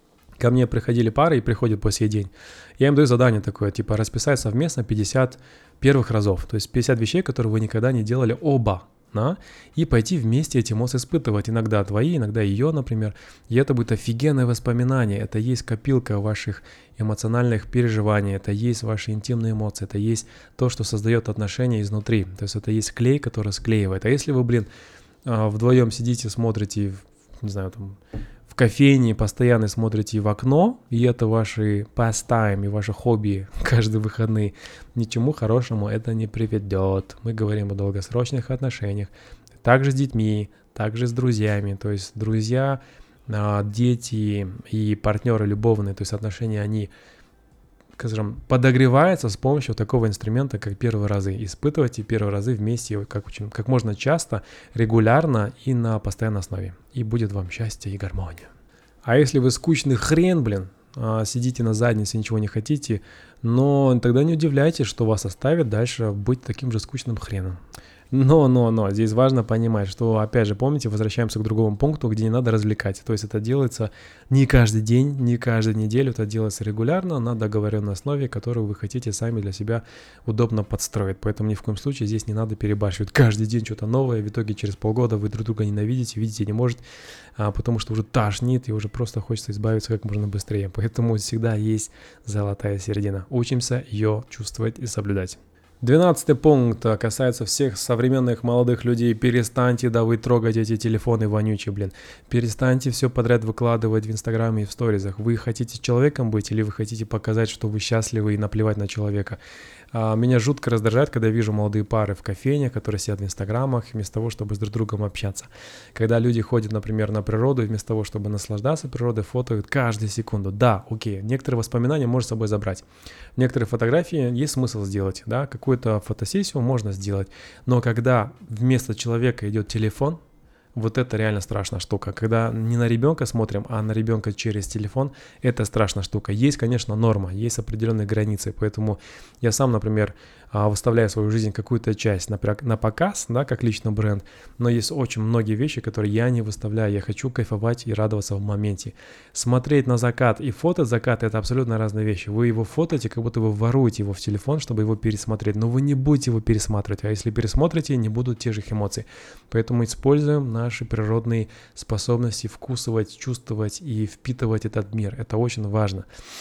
Ко мне приходили пары и приходят по сей день. Я им даю задание такое, типа расписать совместно пятьдесят первых разов. То есть пятьдесят вещей, которые вы никогда не делали оба. Да? И пойти вместе эти эмоции испытывать. Иногда твои, иногда ее, например. И это будет офигенное воспоминание. Это есть копилка ваших эмоциональных переживаний. Это есть ваши интимные эмоции. Это есть то, что создает отношения изнутри. То есть это есть клей, который склеивает. А если вы, блин, вдвоем сидите, смотрите, не знаю, там, кофейне постоянно смотрите в окно, и это ваши pastime, и ваше хобби каждые выходные, ничему хорошему это не приведет. Мы говорим о долгосрочных отношениях, также с детьми, также с друзьями. То есть друзья, дети и партнеры любовные, то есть отношения, они, скажем, подогреваются с помощью такого инструмента, как первые разы. Испытывайте первые разы вместе как, очень, как можно часто, регулярно и на постоянной основе. И будет вам счастье и гармония. А если вы скучный хрен, блин, сидите на заднице, ничего не хотите, но тогда не удивляйтесь, что вас оставят дальше быть таким же скучным хреном. Но, но, но, здесь важно понимать, что, опять же, помните, возвращаемся к другому пункту, где не надо развлекать. То есть это делается не каждый день, не каждую неделю, это делается регулярно на договоренной основе, которую вы хотите сами для себя удобно подстроить. Поэтому ни в коем случае здесь не надо перебарщивать. Каждый день что-то новое, в итоге через полгода вы друг друга ненавидите, видите не может, а, потому что уже тошнит и уже просто хочется избавиться как можно быстрее. Поэтому всегда есть золотая середина. Учимся ее чувствовать и соблюдать. Двенадцатый пункт касается всех современных молодых людей. Перестаньте, да вы трогать эти телефоны вонючие, блин. Перестаньте все подряд выкладывать в Инстаграме и в сторизах. Вы хотите человеком быть или вы хотите показать, что вы счастливы и наплевать на человека? А, меня жутко раздражает, когда вижу молодые пары в кофейне, которые сидят в Инстаграмах, вместо того, чтобы с друг другом общаться. Когда люди ходят, например, на природу, вместо того, чтобы наслаждаться природой, фотоют каждую секунду. Да, окей, некоторые воспоминания можно с собой забрать. Некоторые фотографии есть смысл сделать, да, какую-то фотосессию можно сделать, но когда вместо человека идет телефон, вот это реально страшная штука. Когда не на ребенка смотрим, а на ребенка через телефон, это страшная штука. Есть, конечно, норма, есть определенные границы, поэтому я сам, например, выставляю свою жизнь какую-то часть на, на показ, да, как личный бренд, но есть очень многие вещи, которые я не выставляю. Я хочу кайфовать и радоваться в моменте. Смотреть на закат и фотать закат — это абсолютно разные вещи. Вы его фототе, как будто вы воруете его в телефон, чтобы его пересмотреть, но вы не будете его пересматривать, а если пересмотрите, не будут те же эмоций. Поэтому используем наши природные способности вкусывать, чувствовать и впитывать этот мир. Это очень важно.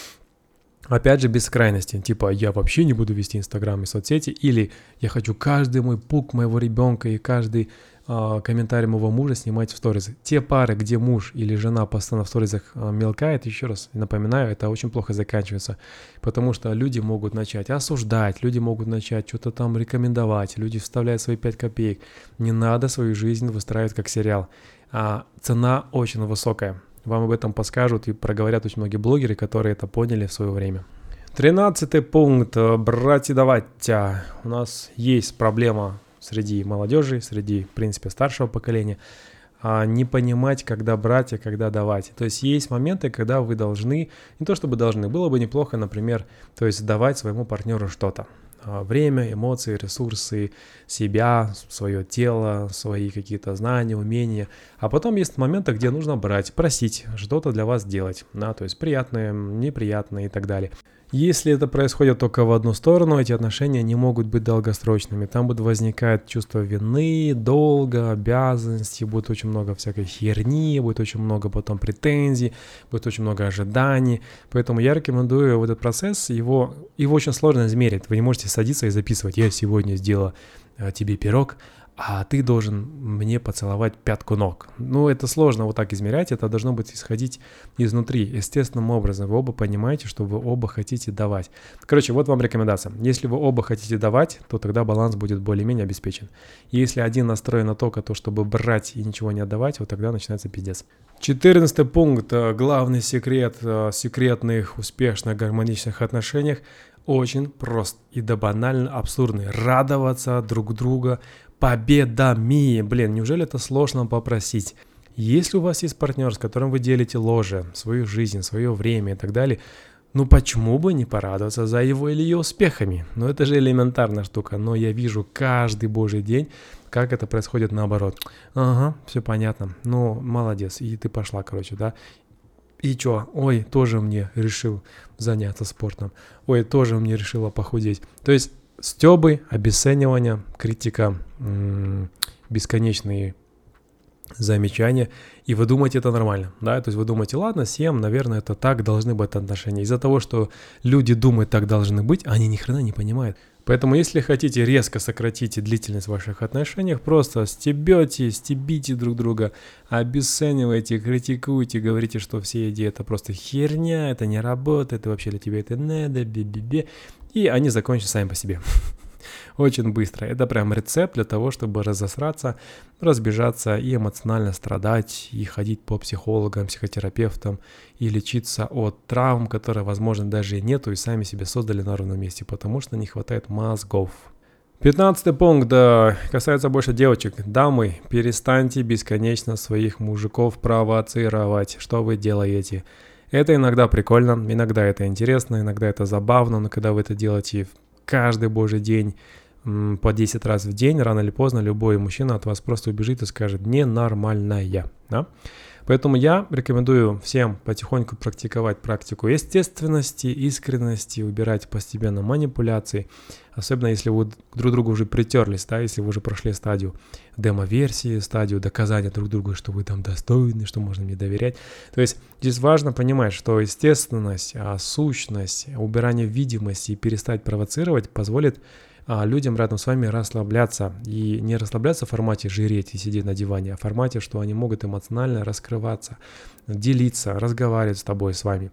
Опять же, без крайности, типа я вообще не буду вести Инстаграм и соцсети, или я хочу каждый мой пук моего ребенка и каждый э, комментарий моего мужа снимать в сторизы. Те пары, где муж или жена постоянно в сторизах э, мелкает, еще раз напоминаю, это очень плохо заканчивается, потому что люди могут начать осуждать, люди могут начать что-то там рекомендовать, люди вставляют свои пять копеек. Не надо свою жизнь выстраивать как сериал. А цена очень высокая. Вам об этом подскажут и проговорят очень многие блогеры, которые это поняли в свое время. Тринадцатый пункт. Брать и давать. У нас есть проблема среди молодежи, среди, в принципе, старшего поколения. Не понимать, когда брать и когда давать. То есть есть моменты, когда вы должны, не то чтобы должны, было бы неплохо, например, то есть давать своему партнеру что-то. Время, эмоции, ресурсы, себя, свое тело, свои какие-то знания, умения. А потом есть моменты, где нужно брать, просить, что-то для вас делать, да, то есть приятное, неприятное и так далее. Если это происходит только в одну сторону, эти отношения не могут быть долгосрочными. Там будет возникать чувство вины, долга, обязанностей, будет очень много всякой херни, будет очень много потом претензий, будет очень много ожиданий. Поэтому я рекомендую в этот процесс, его, его очень сложно измерить. Вы не можете садиться и записывать: я сегодня сделала тебе пирог, а ты должен мне поцеловать пятку ног. Ну, это сложно вот так измерять, это должно быть исходить изнутри, естественным образом. Вы оба понимаете, что вы оба хотите давать. Короче, вот вам рекомендация. Если вы оба хотите давать, то тогда баланс будет более-менее обеспечен. И если один настроен на только то, чтобы брать и ничего не отдавать, вот тогда начинается пиздец. Четырнадцатый пункт. Главный секрет секретных, успешных, гармоничных отношениях очень прост и до банально абсурдный. Радоваться друг друга победами. Блин, неужели это сложно попросить? Если у вас есть партнер, с которым вы делите ложе, свою жизнь, свое время и так далее, ну почему бы не порадоваться за его или ее успехами? Ну это же элементарная штука, но я вижу каждый божий день, как это происходит наоборот. Ага, все понятно, ну молодец, и ты пошла, короче, да. И чё? Ой, тоже мне решил заняться спортом. Ой, тоже мне решила похудеть. То есть стёбы, обесценивание, критика, м- бесконечные замечания, и вы думаете, это нормально, да, то есть вы думаете, ладно, съем, наверное, это так должны быть отношения. Из-за того, что люди думают, так должны быть, они ни хрена не понимают. Поэтому, если хотите резко сократить длительность в ваших отношениях, просто стебете, стебите друг друга, обесцениваете, критикуете, говорите, что все идеи это просто херня, это не работает, и вообще для тебя это надо, бе-бе-бе, и они закончатся сами по себе. Очень быстро. Это прям рецепт для того, чтобы разосраться, разбежаться и эмоционально страдать, и ходить по психологам, психотерапевтам, и лечиться от травм, которые, возможно, даже и нету, и сами себе создали на ровном месте, потому что не хватает мозгов. Пятнадцатый пункт да, касается больше девочек. Дамы, перестаньте бесконечно своих мужиков провоцировать. Что вы делаете? Это иногда прикольно, иногда это интересно, иногда это забавно, но когда вы это делаете каждый божий день, по десять раз в день, рано или поздно любой мужчина от вас просто убежит и скажет «ненормальная». Да? Поэтому я рекомендую всем потихоньку практиковать практику естественности, искренности, убирать постепенно манипуляции, особенно если вы друг к другу уже притерлись, да, если вы уже прошли стадию демо-версии, стадию доказания друг другу, что вы там достойны, что можно мне доверять. То есть здесь важно понимать, что естественность, сущность, убирание видимости и перестать провоцировать позволит а людям рядом с вами расслабляться. И не расслабляться в формате жиреть и сидеть на диване, а в формате, что они могут эмоционально раскрываться, делиться, разговаривать с тобой, с вами.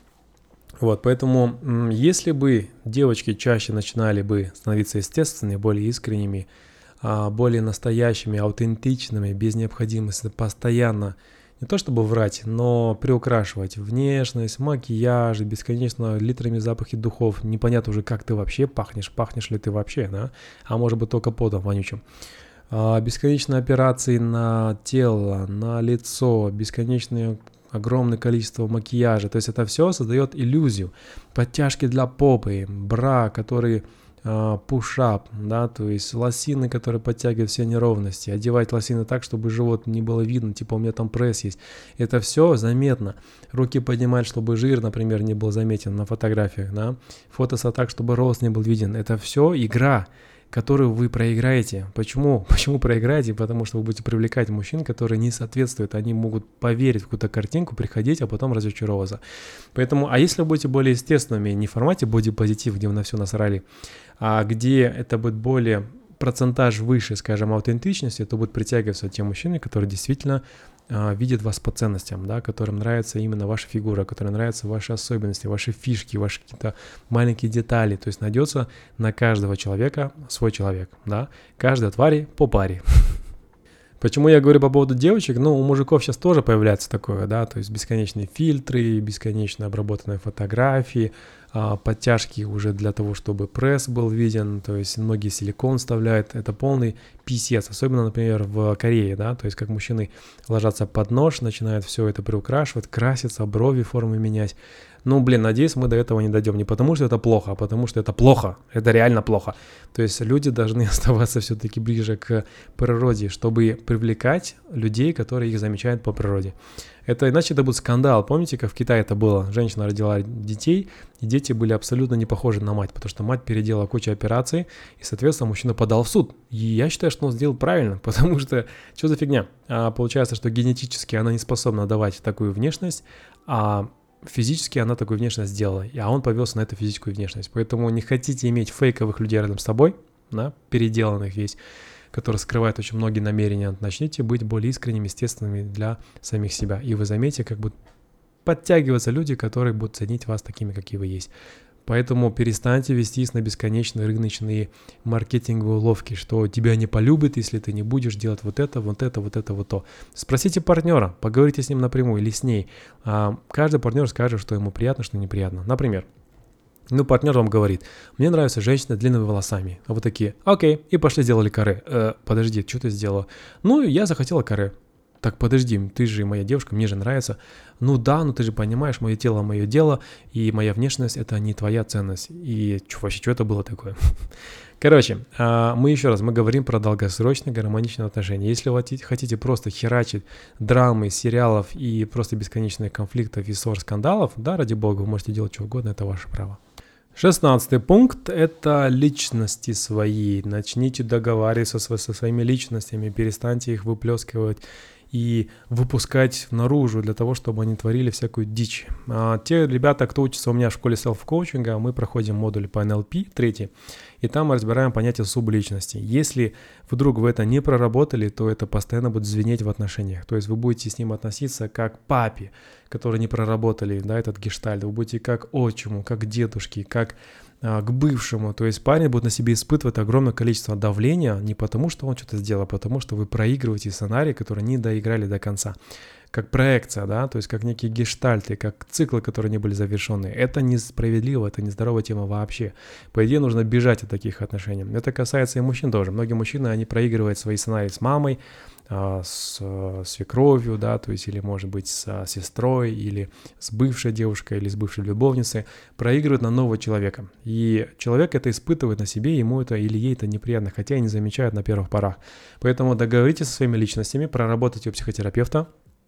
Вот, поэтому если бы девочки чаще начинали бы становиться естественными, более искренними, более настоящими, аутентичными, без необходимости постоянно не то чтобы врать, но приукрашивать внешность, макияж, бесконечно литрами запахи духов. Непонятно уже, как ты вообще пахнешь, пахнешь ли ты вообще, да? А может быть только потом вонючим. А, бесконечные операции на тело, на лицо, бесконечное огромное количество макияжа. То есть это все создает иллюзию. Подтяжки для попы, бра, которые... пуш-ап, да, то есть лосины, которые подтягивают все неровности, одевать лосины так, чтобы живот не было видно, типа у меня там пресс есть, это все заметно, руки поднимать, чтобы жир, например, не был заметен на фотографиях, да, фотоса так, чтобы рост не был виден, это все игра, которую вы проиграете. Почему? Почему проиграете? Потому что вы будете привлекать мужчин, которые не соответствуют. Они могут поверить в какую-то картинку, приходить, а потом разочаровываться. Поэтому, а если вы будете более естественными, не в формате бодипозитив, где вы на все насрали, а где это будет более процентаж выше, скажем, аутентичности, то будут притягиваться те мужчины, которые действительно а, видят вас по ценностям, да, которым нравится именно ваша фигура, которым нравятся ваши особенности, ваши фишки, ваши какие-то маленькие детали. То есть найдется на каждого человека свой человек, да, каждой твари по паре. Почему я говорю по поводу девочек? Ну, у мужиков сейчас тоже появляется такое, да, то есть бесконечные фильтры, бесконечно обработанные фотографии, а, подтяжки уже для того, чтобы пресс был виден, то есть многие силикон вставляют, это полный писец, особенно, например, в Корее, да, то есть как мужчины ложатся под нож, начинают все это приукрашивать, краситься, брови, формы менять. Ну, блин, надеюсь, мы до этого не дойдем. Не потому, что это плохо, а потому, что это плохо. Это реально плохо. То есть люди должны оставаться все-таки ближе к природе, чтобы привлекать людей, которые их замечают по природе. Это иначе это будет скандал. Помните, как в Китае это было? Женщина родила детей, и дети были абсолютно не похожи на мать, потому что мать переделала кучу операций, и, соответственно, мужчина подал в суд. И я считаю, что он сделал правильно, потому что что за фигня? А, получается, что генетически она не способна давать такую внешность, а физически она такую внешность сделала, а он повелся на эту физическую внешность. Поэтому не хотите иметь фейковых людей рядом с собой, да, переделанных весь, которые скрывают очень многие намерения. Начните быть более искренними, естественными для самих себя. И вы заметите, как будут подтягиваться люди, которые будут ценить вас такими, какие вы есть. Поэтому перестаньте вестись на бесконечные рыночные маркетинговые уловки, что тебя не полюбят, если ты не будешь делать вот это, вот это, вот это, вот то. Спросите партнера, поговорите с ним напрямую или с ней. А, каждый партнер скажет, что ему приятно, что неприятно. Например, ну, партнер вам говорит: мне нравится женщина с длинными волосами. А вы такие: окей, и пошли сделали каре. Э, подожди, что ты сделала? Ну, я захотела каре. Так, подожди, ты же моя девушка, мне же нравится. Ну да, но ты же понимаешь, мое тело, мое дело, и моя внешность — это не твоя ценность. И что вообще, что это было такое? Короче, мы еще раз, мы говорим про долгосрочные гармоничные отношения. Если вы хотите просто херачить драмы, сериалов и просто бесконечных конфликтов и ссор, скандалов, да, ради бога, вы можете делать что угодно, это ваше право. Шестнадцатый пункт – это личности свои. Начните договариваться со, со своими личностями, перестаньте их выплескивать и выпускать наружу для того, чтобы они творили всякую дичь. А те ребята, кто учится у меня в школе селф-коучинга, мы проходим модуль по эн эл пи, третий, и там мы разбираем понятие субличности. Если вдруг вы это не проработали, то это постоянно будет звенеть в отношениях. То есть вы будете с ним относиться как к папе, который не проработали, да, этот гештальт. Вы будете как отчиму, как к дедушке, как а, к бывшему. То есть парень будет на себе испытывать огромное количество давления не потому, что он что-то сделал, а потому что вы проигрываете сценарий, который не доиграли до конца. Как проекция, да, то есть как некие гештальты, как циклы, которые не были завершены. Это несправедливо, это нездоровая тема вообще. По идее, нужно бежать от таких отношений. Это касается и мужчин тоже. Многие мужчины, они проигрывают свои сценарии с мамой, с свекровью, да, то есть или, может быть, с сестрой, или с бывшей девушкой, или с бывшей любовницей, проигрывают на нового человека. И человек это испытывает на себе, ему это или ей это неприятно, хотя и не замечает на первых порах. Поэтому договоритесь со своими личностями, проработайте у психотерапевта,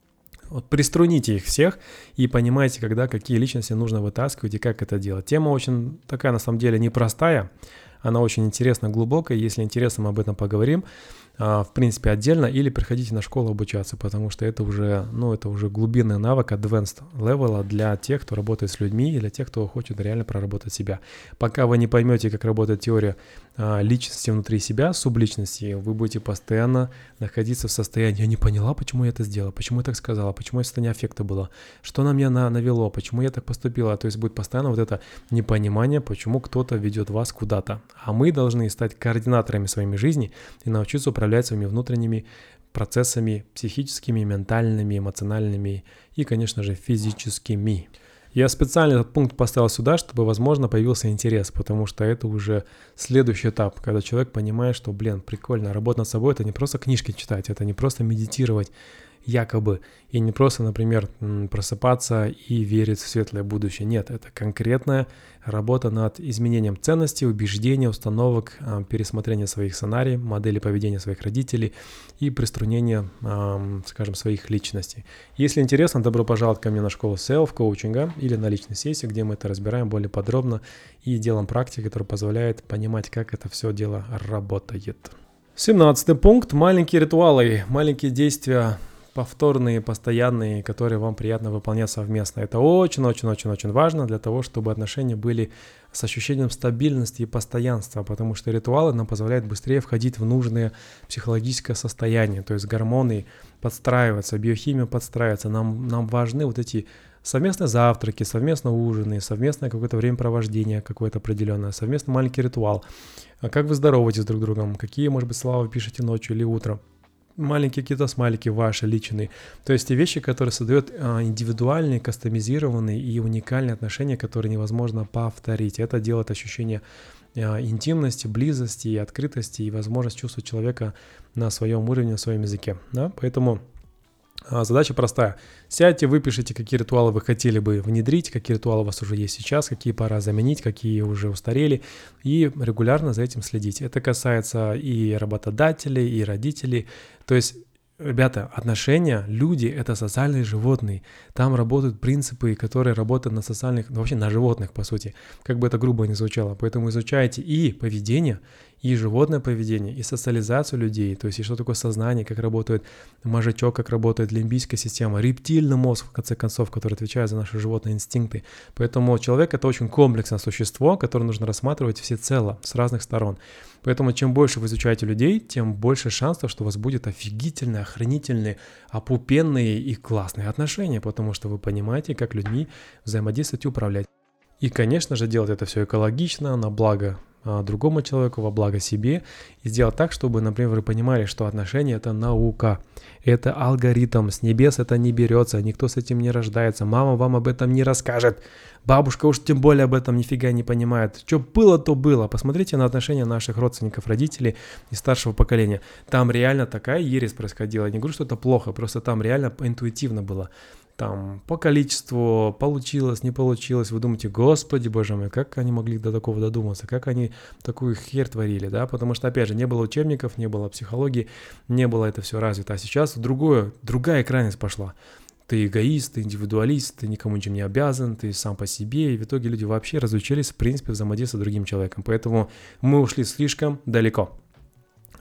вот приструните их всех и понимаете, когда какие личности нужно вытаскивать и как это делать. Тема очень такая, на самом деле, непростая, она очень интересна, глубокая. Если интересно, мы об этом поговорим, в принципе, отдельно, или приходите на школу обучаться, потому что это уже, ну, это уже глубинный навык advanced level для тех, кто работает с людьми, и для тех, кто хочет реально проработать себя. Пока вы не поймете, как работает теория а, личности внутри себя, субличности, вы будете постоянно находиться в состоянии: я не поняла, почему я это сделала, почему я так сказала, почему я в состоянии аффекта была, что на меня на, навело, почему я так поступила. То есть будет постоянно вот это непонимание, почему кто-то ведет вас куда-то. А мы должны стать координаторами своей жизни и научиться управлять своими внутренними процессами психическими, ментальными, эмоциональными и, конечно же, физическими. Я специально этот пункт поставил сюда, чтобы, возможно, появился интерес, потому что это уже следующий этап, когда человек понимает, что, блин, прикольно, работа над собой — это не просто книжки читать, это не просто медитировать, якобы, и не просто, например, просыпаться и верить в светлое будущее. Нет, это конкретная работа над изменением ценностей, убеждений, установок, пересмотрение своих сценариев, модели поведения своих родителей и приструнение, скажем, своих личностей. Если интересно, добро пожаловать ко мне на школу селф-коучинга или на личной сессии, где мы это разбираем более подробно и делаем практики, которые позволяют понимать, как это все дело работает. семнадцатый пункт. Маленькие ритуалы, маленькие действия, повторные, постоянные, которые вам приятно выполнять совместно. Это очень-очень-очень-очень важно для того, чтобы отношения были с ощущением стабильности и постоянства, потому что ритуалы нам позволяют быстрее входить в нужное психологическое состояние, то есть гормоны подстраиваются, биохимия подстраивается. Нам, нам важны вот эти совместные завтраки, совместные ужины, совместное какое-то времяпровождение какое-то определенное, совместный маленький ритуал. Как вы здороваетесь друг с другом, какие, может быть, слова вы пишете ночью или утром. Маленькие какие-то смайлики ваши личные. То есть те вещи, которые создают индивидуальные, кастомизированные и уникальные отношения, которые невозможно повторить. Это делает ощущение интимности, близости и открытости и возможность чувствовать человека на своем уровне, на своем языке. Да? Поэтому задача простая. Сядьте, выпишите, какие ритуалы вы хотели бы внедрить, какие ритуалы у вас уже есть сейчас, какие пора заменить, какие уже устарели, и регулярно за этим следить. Это касается и работодателей, и родителей. То есть, ребята, отношения, люди — это социальные животные. Там работают принципы, которые работают на социальных, ну, вообще на животных, по сути, как бы это грубо ни звучало. Поэтому изучайте и поведение, и животное поведение, и социализацию людей, то есть и что такое сознание, как работает мозжечок, как работает лимбическая система, рептильный мозг, в конце концов, который отвечает за наши животные инстинкты. Поэтому человек — это очень комплексное существо, которое нужно рассматривать всецело, с разных сторон. Поэтому чем больше вы изучаете людей, тем больше шансов, что у вас будет офигительные, охренительные, опупенные и классные отношения, потому что вы понимаете, как людьми взаимодействовать и управлять. И, конечно же, делать это все экологично, на благо другому человеку, во благо себе, и сделать так, чтобы, например, вы понимали, что отношения — это наука, это алгоритм, с небес это не берется, никто с этим не рождается, мама вам об этом не расскажет, бабушка уж тем более об этом нифига не понимает. Что было, то было. Посмотрите на отношения наших родственников, родителей и старшего поколения. Там реально такая ересь происходила. Я не говорю, что это плохо, просто там реально интуитивно было. Там по количеству получилось, не получилось, вы думаете: господи, боже мой, как они могли до такого додуматься, как они такую херь творили, да, потому что, опять же, не было учебников, не было психологии, не было это все развито, а сейчас другое, другая крайность пошла. Ты эгоист, ты индивидуалист, ты никому ничем не обязан, ты сам по себе, и в итоге люди вообще разучились, в принципе, взаимодействовать с другим человеком, поэтому мы ушли слишком далеко.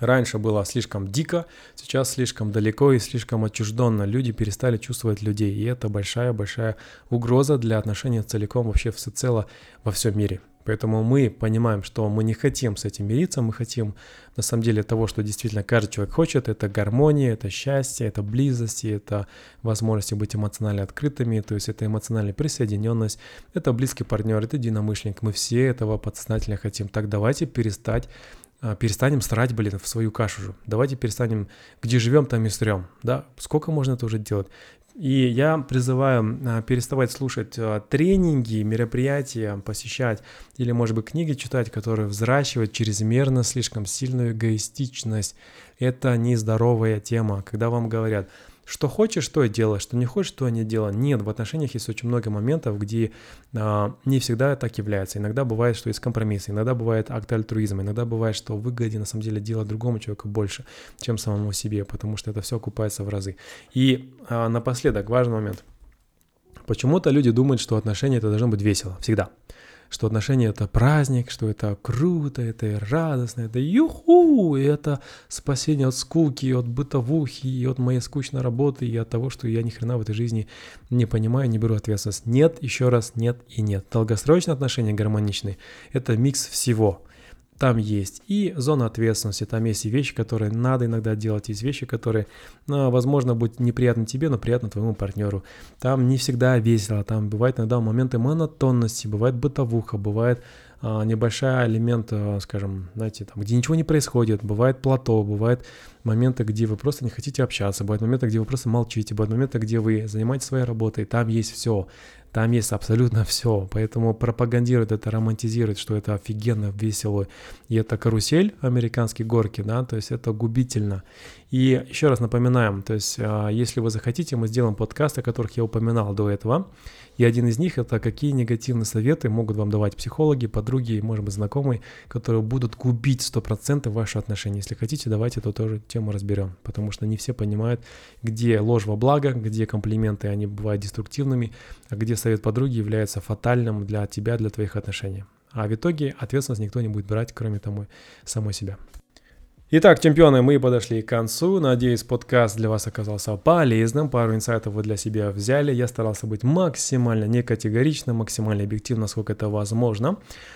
Раньше было слишком дико, сейчас слишком далеко и слишком отчужденно. Люди перестали чувствовать людей, и это большая-большая угроза для отношений целиком вообще всецело во всем мире. Поэтому мы понимаем, что мы не хотим с этим мириться, мы хотим на самом деле того, что действительно каждый человек хочет. Это гармония, это счастье, это близость, это возможность быть эмоционально открытыми, то есть это эмоциональная присоединенность, это близкий партнер, это единомышленник. Мы все этого подсознательно хотим. Так давайте перестать перестанем срать, блин, в свою кашу же. Давайте перестанем, где живем, там и срем, да? Сколько можно это уже делать? И я призываю а, переставать слушать а, тренинги, мероприятия, посещать или, может быть, книги читать, которые взращивают чрезмерно слишком сильную эгоистичность. Это нездоровая тема, когда вам говорят, что хочешь, то и делай, что не хочешь, то и не делай. Нет, в отношениях есть очень много моментов, где а, не всегда так является. Иногда бывает, что есть компромиссы, иногда бывает акт альтруизма, иногда бывает, что выгоде на самом деле делать другому человеку больше, чем самому себе, потому что это все окупается в разы. И а, напоследок важный момент. Почему-то люди думают, что отношения это должно быть весело, всегда. Что отношения это праздник, что это круто, это радостно, это юху, и это спасение от скуки, от бытовухи, и от моей скучной работы, и от того, что я ни хрена в этой жизни не понимаю, не беру ответственность. Нет, еще раз, нет и нет. Долгосрочные отношения гармоничные – это микс всего. Там есть и зона ответственности, там есть и вещи, которые надо иногда делать, есть вещи, которые, ну, возможно, будут неприятны тебе, но приятны твоему партнеру. Там не всегда весело, там бывают иногда моменты монотонности, бывает бытовуха, бывает а, небольшой элемент, а, скажем, знаете, там, где ничего не происходит, бывает плато, бывает моменты, где вы просто не хотите общаться, бывают моменты, где вы просто молчите, бывают моменты, где вы занимаетесь своей работой, там есть все. Там есть абсолютно все, поэтому пропагандируют это, романтизируют, что это офигенно, весело, и это карусель, американские горки, да, то есть это губительно. И еще раз напоминаем, то есть если вы захотите, мы сделаем подкасты, о которых я упоминал до этого, и один из них это какие негативные советы могут вам давать психологи, подруги, может быть, знакомые, которые будут губить сто процентов ваши отношения. Если хотите, давайте эту тоже тему разберем, потому что не все понимают, где ложь во благо, где комплименты, они бывают деструктивными, а где совет подруги является фатальным для тебя, для твоих отношений. А в итоге ответственность никто не будет брать, кроме того, самой себя. Итак, чемпионы, мы подошли к концу. Надеюсь, подкаст для вас оказался полезным. Пару инсайтов вы для себя взяли. Я старался быть максимально некатегоричным, максимально объективно, насколько это возможно.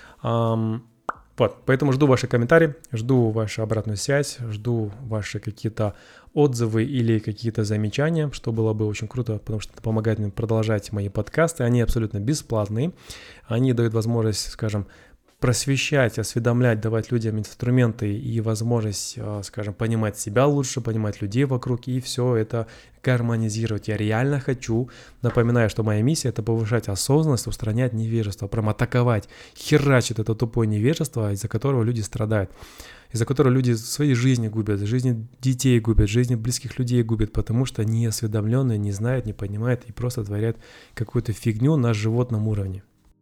Um, вот, поэтому жду ваши комментарии, жду вашу обратную связь, жду ваши какие-то отзывы или какие-то замечания, что было бы очень круто, потому что это помогает мне продолжать мои подкасты. Они абсолютно бесплатные. Они дают возможность, скажем, просвещать, осведомлять, давать людям инструменты и возможность, скажем, понимать себя лучше, понимать людей вокруг и все это гармонизировать. Я реально хочу, напоминаю, что моя миссия – это повышать осознанность, устранять невежество, прям атаковать, херачить это тупое невежество, из-за которого люди страдают, из-за которого люди свои жизни губят, жизни детей губят, жизни близких людей губят, потому что неосведомленные не знают, не понимают и просто творят какую-то фигню на животном уровне.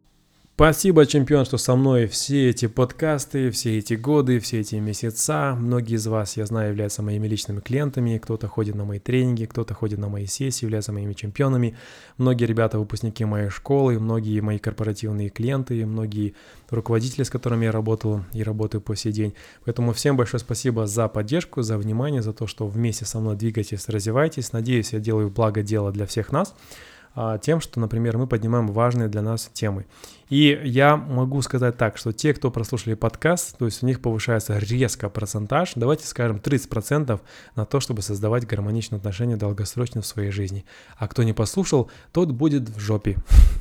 Спасибо, чемпион, что со мной все эти подкасты, все эти годы, все эти месяца. Многие из вас, я знаю, являются моими личными клиентами. Кто-то ходит на мои тренинги, кто-то ходит на мои сессии, являются моими чемпионами. Многие ребята выпускники моей школы, многие мои корпоративные клиенты, многие руководители, с которыми я работал и работаю по сей день. Поэтому всем большое спасибо за поддержку, за внимание, за то, что вместе со мной двигаетесь, развиваетесь. Надеюсь, я делаю благо дело для всех нас тем, что, например, мы поднимаем важные для нас темы. И я могу сказать так, что те, кто прослушали подкаст, то есть у них повышается резко процентаж, давайте скажем тридцать процентов на то, чтобы создавать гармоничные отношения долгосрочно в своей жизни. А кто не послушал, тот будет в жопе.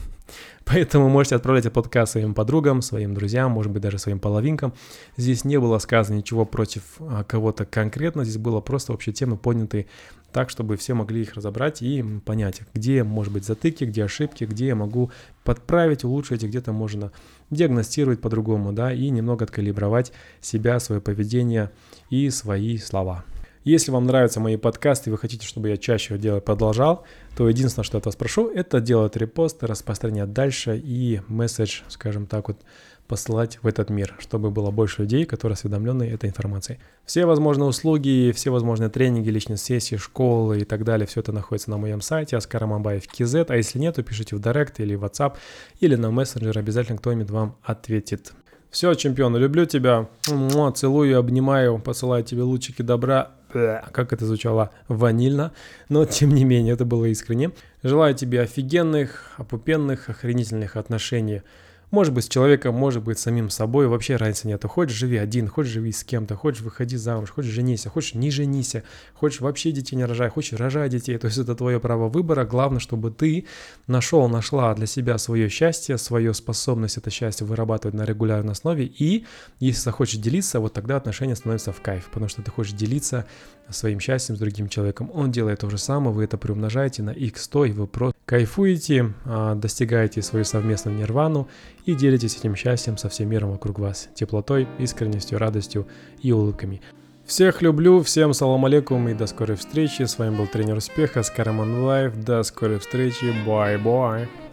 Поэтому можете отправлять этот подкаст своим подругам, своим друзьям, может быть, даже своим половинкам. Здесь не было сказано ничего против кого-то конкретно, здесь было просто общие темы подняты так, чтобы все могли их разобрать и понять, где, может быть, затыки, где ошибки, где я могу подправить, улучшить, и где-то можно диагностировать по-другому, да, и немного откалибровать себя, свое поведение и свои слова. Если вам нравятся мои подкасты и вы хотите, чтобы я чаще делал, продолжал, то единственное, что я от вас прошу, это делать репосты, распространять дальше и месседж, скажем так вот, посылать в этот мир, чтобы было больше людей, которые осведомлены этой информацией. Все возможные услуги, все возможные тренинги, личные сессии, школы и так далее, все это находится на моем сайте Аскар Аманбаев Кизет, а если нет, то пишите в Директ или в WhatsApp или на мессенджер, обязательно кто-нибудь вам ответит. Все, чемпион, люблю тебя, целую, обнимаю, посылаю тебе лучики добра. Как это звучало ванильно, но тем не менее это было искренне. Желаю тебе офигенных, опупенных, охренительных отношений. Может быть с человеком, может быть с самим собой, вообще разницы нету. Хочешь живи один, хочешь живи с кем-то, хочешь выходи замуж, хочешь женись, хочешь не женись, хочешь вообще детей не рожай, хочешь рожай детей. То есть это твое право выбора. Главное, чтобы ты нашел, нашла для себя свое счастье, свою способность это счастье вырабатывать на регулярной основе. И если захочешь делиться, вот тогда отношения становятся в кайф, потому что ты хочешь делиться своим счастьем с другим человеком. Он делает то же самое, вы это приумножаете на икс сто, и вы просто кайфуете, достигаете свою совместную нирвану и делитесь этим счастьем со всем миром вокруг вас, теплотой, искренностью, радостью и улыбками. Всех люблю, всем салам алейкум и до скорой встречи. С вами был тренер успеха Скараман Лайф. До скорой встречи, бай-бай.